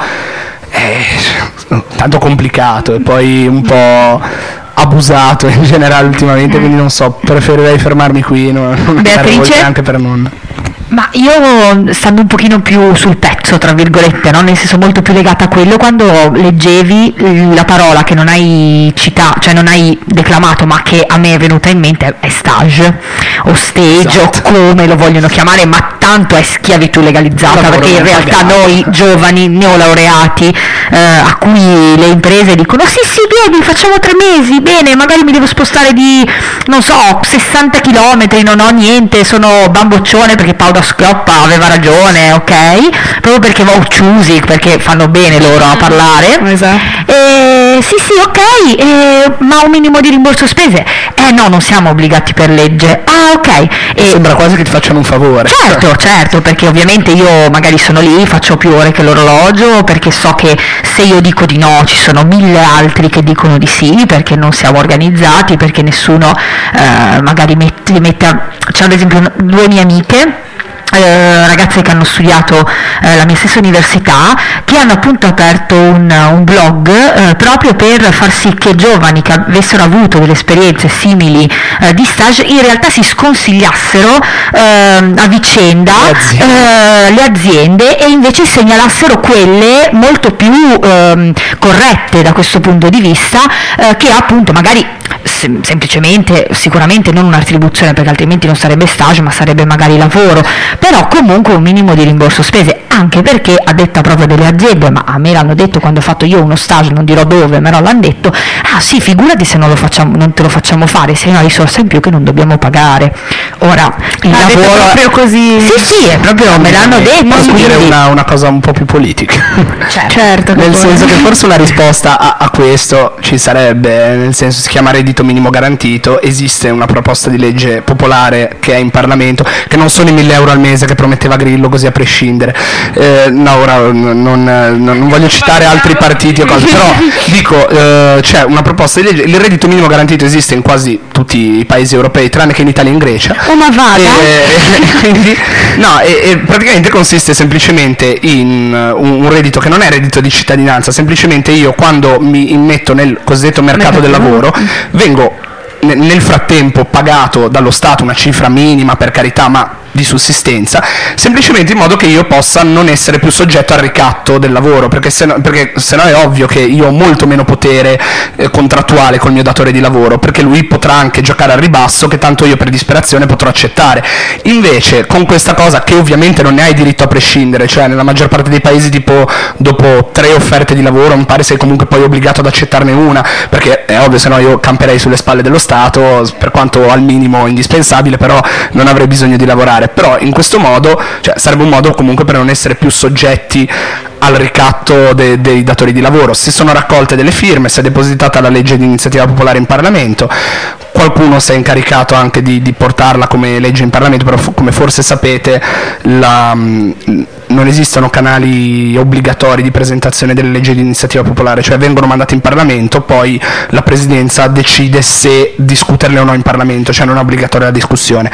eh, tanto complicato e poi un po' abusato in generale ultimamente, quindi non so, preferirei fermarmi qui, non, non andare oltre anche per non... Ma io, stando un pochino più sul pezzo, tra virgolette, no? Nel senso molto più legata a quello, quando leggevi la parola che non hai citato, cioè non hai declamato, ma che a me è venuta in mente, è stage o stage, Esatto. o come lo vogliono chiamare, ma tanto è schiavitù legalizzata, Lavoro perché in non realtà pagato. noi giovani neolaureati, eh, a cui le imprese dicono sì sì vieni, facciamo tre mesi, bene, magari mi devo spostare di, non so, sessanta chilometri, non ho niente, sono bamboccione, perché Paolo Schioppa aveva ragione, ok? Proprio perché va ucciusi, perché fanno bene loro a parlare. Esatto. E, sì sì ok, e, ma un minimo di rimborso spese? Eh no, non siamo obbligati per legge. Ah ok. E, Sembra quasi che ti facciano un favore. Certo, certo, perché ovviamente io magari sono lì, faccio più ore che l'orologio, perché so che se io dico di no ci sono mille altri che dicono di sì, perché non siamo organizzati, perché nessuno eh, magari mette, li mette a... C'è ad esempio due mie amiche, Eh, ragazze che hanno studiato eh, la mia stessa università, che hanno appunto aperto un, un blog eh, proprio per far sì che giovani che avessero avuto delle esperienze simili eh, di stage in realtà si sconsigliassero eh, a vicenda Le aziende. eh, le aziende e invece segnalassero quelle molto più ehm, corrette da questo punto di vista, eh, che appunto magari sem- semplicemente, sicuramente non una retribuzione, perché altrimenti non sarebbe stage ma sarebbe magari lavoro, però comunque un minimo di rimborso spese, anche perché a detta proprio delle aziende, ma a me l'hanno detto quando ho fatto io uno stage, non dirò dove, però l'hanno detto, ah sì, figurati se non, lo facciamo, non te lo facciamo fare, sei una risorsa in più che non dobbiamo pagare. Ora il Ha detto lavoro proprio così. sì sì, è proprio me l'hanno detto, Posso dire quindi- una, una cosa un po' più politica. certo. Certo, che Nel poi- senso che forse una risposta a, a questo ci sarebbe, nel senso si chiama reddito minimo garantito, esiste una proposta di legge popolare che è in Parlamento, che non sono i mille euro al mese che prometteva Grillo così a prescindere, eh, no ora non, non, non voglio citare altri partiti o cose, però dico eh, c'è una proposta di legge, il reddito minimo garantito esiste in quasi tutti i paesi europei tranne che in Italia e in Grecia. Oh ma vada. E, e quindi, no, e, e praticamente consiste semplicemente in uh, un, un reddito che non è reddito di cittadinanza, semplicemente io quando mi immetto nel cosiddetto mercato del lavoro vengo ne- nel frattempo pagato dallo Stato una cifra minima, per carità, ma di sussistenza, semplicemente in modo che io possa non essere più soggetto al ricatto del lavoro, perché se no, perché se no è ovvio che io ho molto meno potere eh, contrattuale col mio datore di lavoro, perché lui potrà anche giocare al ribasso, che tanto io per disperazione potrò accettare. Invece con questa cosa, che ovviamente non ne hai diritto a prescindere, cioè nella maggior parte dei paesi tipo dopo tre offerte di lavoro mi pare sei comunque poi obbligato ad accettarne una, perché è ovvio, se no io camperei sulle spalle dello Stato, per quanto al minimo indispensabile, però non avrei bisogno di lavorare. popolare, però in questo modo, cioè, sarebbe un modo comunque per non essere più soggetti al ricatto de- dei datori di lavoro. Si sono raccolte delle firme, si è depositata la legge di iniziativa popolare in Parlamento, qualcuno si è incaricato anche di, di portarla come legge in Parlamento, però f- come forse sapete la, mh, non esistono canali obbligatori di presentazione delle leggi di iniziativa popolare, cioè vengono mandate in Parlamento, poi la Presidenza decide se discuterle o no in Parlamento, cioè non è obbligatoria la discussione.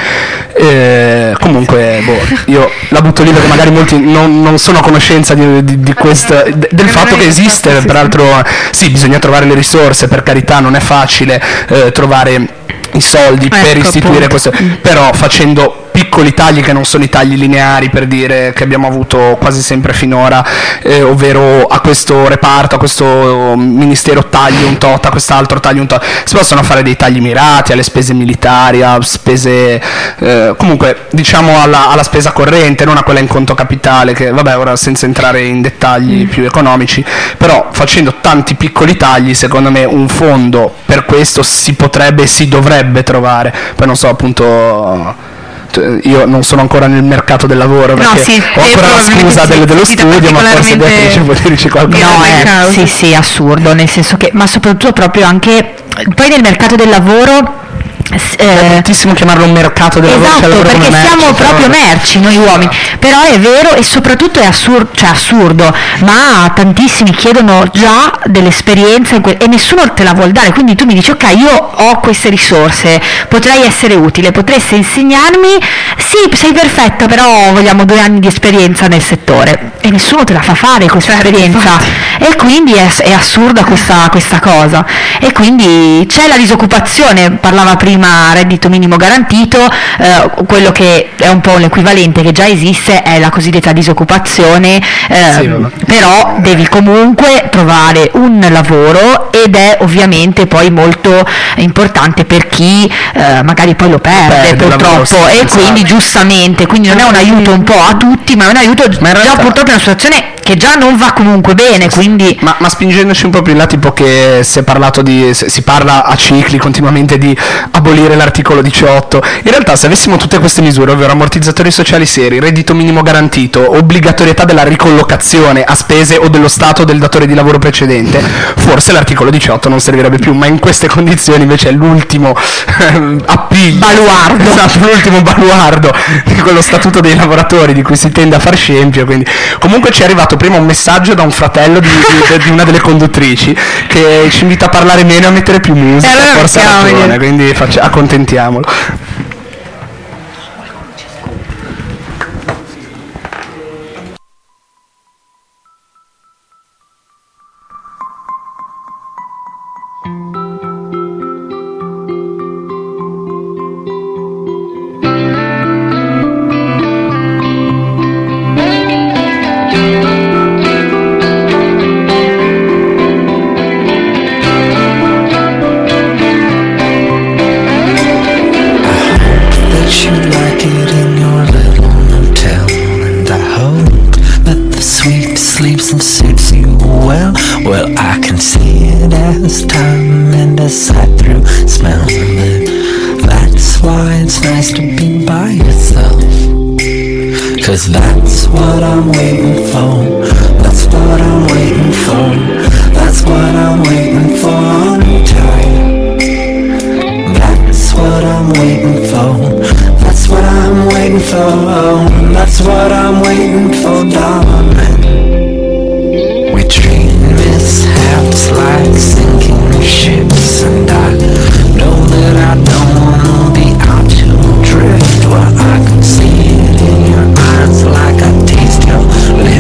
Eh, comunque boh, io la butto lì perché magari molti non, non sono a conoscenza di, di, di questo, de, del fatto che esiste, peraltro sì, bisogna trovare le risorse, per carità non è facile eh, trovare i soldi ecco, per istituire appunto. questo, però facendo piccoli tagli che non sono i tagli lineari, per dire, che abbiamo avuto quasi sempre finora, eh, ovvero a questo reparto, a questo ministero tagli un tot, a quest'altro tagli un tot, si possono fare dei tagli mirati alle spese militari, a spese eh, comunque diciamo alla, alla spesa corrente, non a quella in conto capitale, che vabbè, ora senza entrare in dettagli mm. più economici, però facendo tanti piccoli tagli secondo me un fondo per questo si potrebbe e si dovrebbe trovare. Poi non so, appunto, io non sono ancora nel mercato del lavoro perché no, sì, ho ancora la scusa sì, del, dello studio, ma forse Beatrice può dirci qualcosa. No, è, sì, sì, assurdo, nel senso che, ma soprattutto proprio anche poi nel mercato del lavoro. È bruttissimo chiamarlo un mercato del lavoro, esatto, cioè lavoro perché come siamo merci, proprio però... merci noi uomini, però è vero e soprattutto è assurdo, cioè assurdo, ma tantissimi chiedono già dell'esperienza in que- e nessuno te la vuol dare, quindi tu mi dici ok, io ho queste risorse, potrei essere utile, potresti insegnarmi, sì, sei perfetta, però vogliamo due anni di esperienza nel settore e nessuno te la fa fare questa esperienza e quindi è, è assurda questa, questa cosa, e quindi c'è la disoccupazione, parlava prima reddito minimo garantito, eh, quello che è un po' l'equivalente che già esiste è la cosiddetta disoccupazione, eh, Sì, però devi comunque trovare un lavoro ed è ovviamente poi molto importante per chi eh, magari poi lo perde, perde purtroppo, lavoro, sì, e esatto. quindi giustamente, quindi non è un aiuto un po' a tutti, ma è un aiuto Ma in già realtà- purtroppo è una situazione che già non va comunque bene, quindi Ma, ma spingendoci un po' più in là, tipo che si è parlato di, si parla a cicli continuamente di abolire l'articolo diciotto, in realtà se avessimo tutte queste misure, ovvero ammortizzatori sociali seri, reddito minimo garantito, obbligatorietà della ricollocazione a spese o dello Stato o del datore di lavoro precedente, forse l'articolo diciotto non servirebbe più, ma in queste condizioni invece è l'ultimo eh, appiglio, Baluardo. esatto, l'ultimo baluardo di quello statuto dei lavoratori di cui si tende a far scempio. Quindi comunque ci è arrivato prima un messaggio da un fratello di, di, di una delle conduttrici che ci invita a parlare meno e a mettere più musica, E allora forse ha mettiamoli. ragione, quindi faccia, accontentiamolo. That you like it in your little motel, and I hope that the sweet sleep suits you well. Well, I can see it as time and as sight through smell, but that's why it's nice to be by yourself. Cause that's what I'm waiting for. That's what I'm waiting for. That's what I'm waiting for on time. That's what I'm waiting for. That's what I'm waiting for. That's what I'm waiting for, darling. We treat mishaps like sinking ships, and I know that I don't wanna be out to drift. Well, I can see it in your eyes like I taste your lips.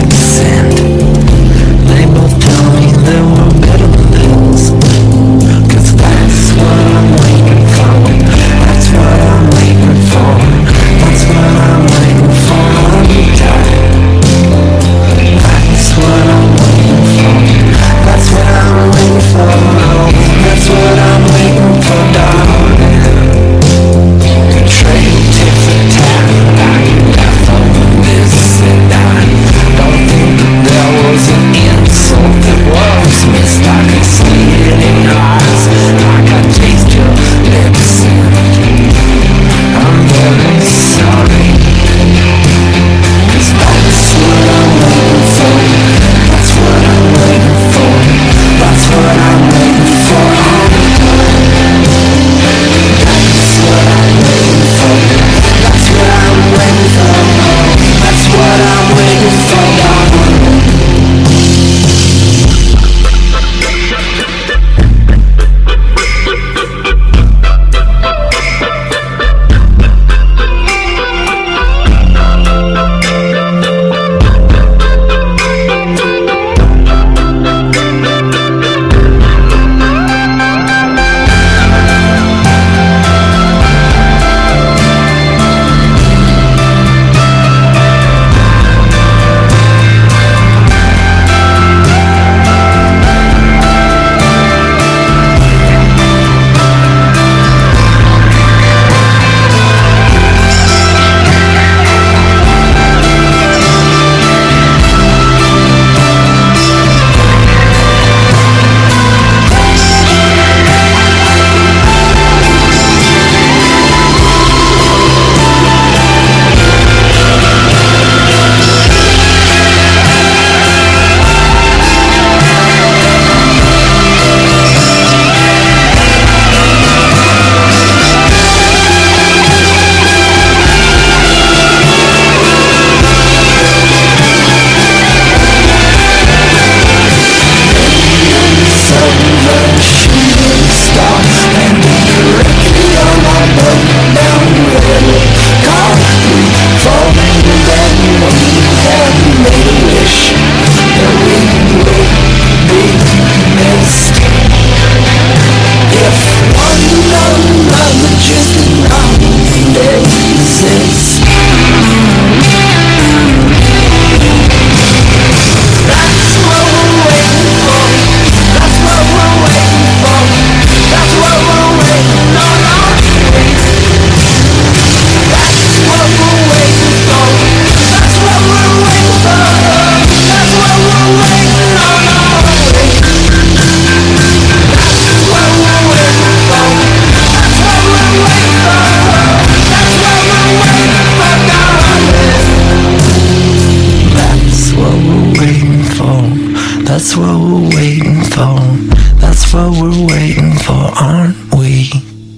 That's what we're waiting for. That's what we're waiting for, aren't we?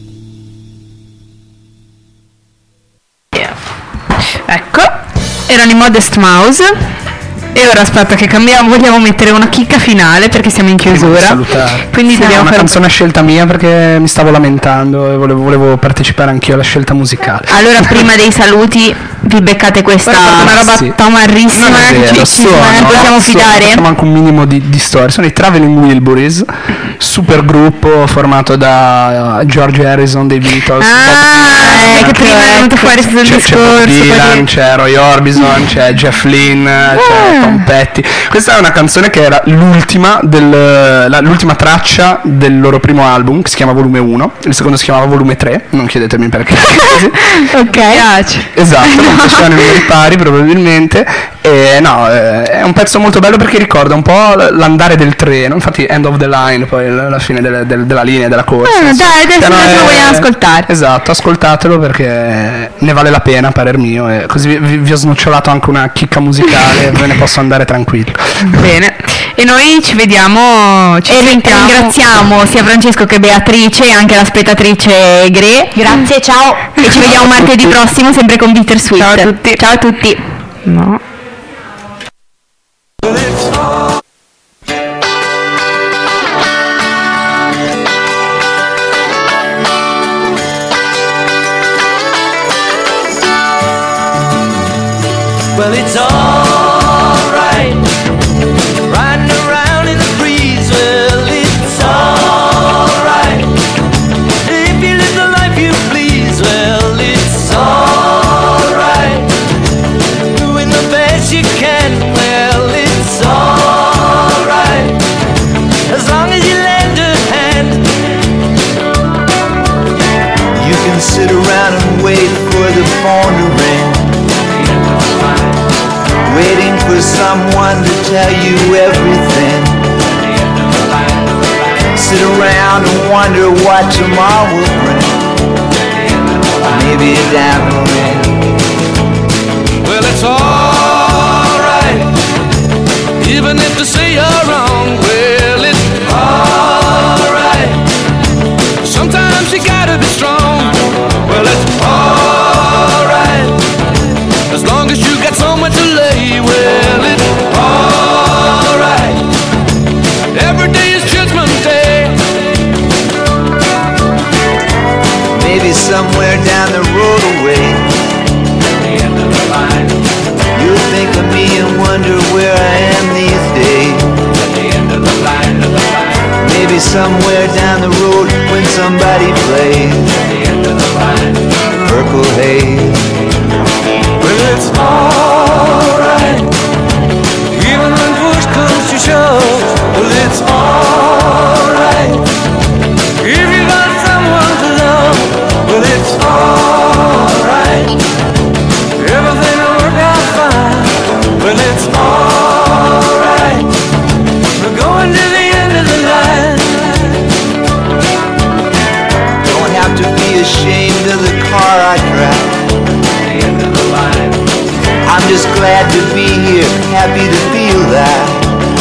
Yeah. Ecco, erano i Modest Mouse. E ora aspetta che cambiamo, vogliamo mettere una chicca finale perché siamo in chiusura. Salutare. Quindi Sì, dobbiamo è una fare canzone scelta mia perché mi stavo lamentando e volevo, volevo partecipare anch'io alla scelta musicale. Allora prima dei saluti vi beccate questa una roba sì. tamarrissima. Non è vero, ci, ci sono, possiamo sono, fidare. Facciamo anche un minimo di, di storia. Sono i Traveling Wilburys, super gruppo formato da George Harrison dei Beatles. Ah, eh, che prima è venuto fuori sul c'è, discorso. c'è Bob Dylan, poi... c'è Roy Orbison, c'è Jeff Lynne, Ah. c'è Tom Petty. Questa è una canzone che era l'ultima, del, la, l'ultima traccia del loro primo album, che si chiama Volume uno. Il secondo si chiamava Volume tre, non chiedetemi perché. Ok, piace. Esatto, non facevano i numeri pari probabilmente. E no, eh, è un pezzo molto bello perché ricorda un po' l'andare del treno. Infatti end of the line, poi la, la fine delle, del, della linea, della corsa. Eh, dai, adesso, Cioè, no, adesso è- lo vogliamo ascoltare. Esatto, ascoltatelo perché ne vale la pena a parer mio. E così vi, vi ho snocciolato anche una chicca musicale e ve ne posso andare tranquillo. Bene. E noi ci vediamo, ci E ri- sentiamo. ringraziamo sia Francesco che Beatrice e anche la spettatrice Gre. Grazie, ciao. E ci vediamo martedì prossimo sempre con Bittersweet. Ciao a tutti. Ciao a tutti. No. Well, it's alright, riding around in the breeze. Well, it's alright, if you live the life you please. Well, it's alright, doing the best you can. Well, it's alright, as long as you lend a hand. You can sit around and wait for the phone to ring, waiting for someone to tell you everything. Sit around and wonder what tomorrow will bring. Maybe a diamond ring. Well, it's alright, even if they say you're wrong. Well, it's alright, sometimes you gotta be strong. Well, it's alright, as long as you got somewhere to lay. Well, it's alright, every day is Judgment Day. Maybe somewhere down the road away, the end of the line, you'll think of me and wonder where I am these days. At the end of the line, of the line. Maybe somewhere down the road when somebody plays, at the end of the line, Purple Haze. Well, it's alright, even when push comes to shove. Well, it's alright, if you got someone to love. Well, it's alright, everything will work out fine. Well, it's alright, we're going to the end of the line. Don't have to be ashamed of the car I drive. I'm just glad to be here, happy to feel that.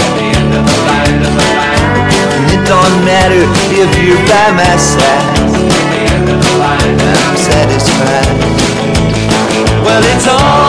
And it don't matter if you're by my side, I'm satisfied. Well, it's all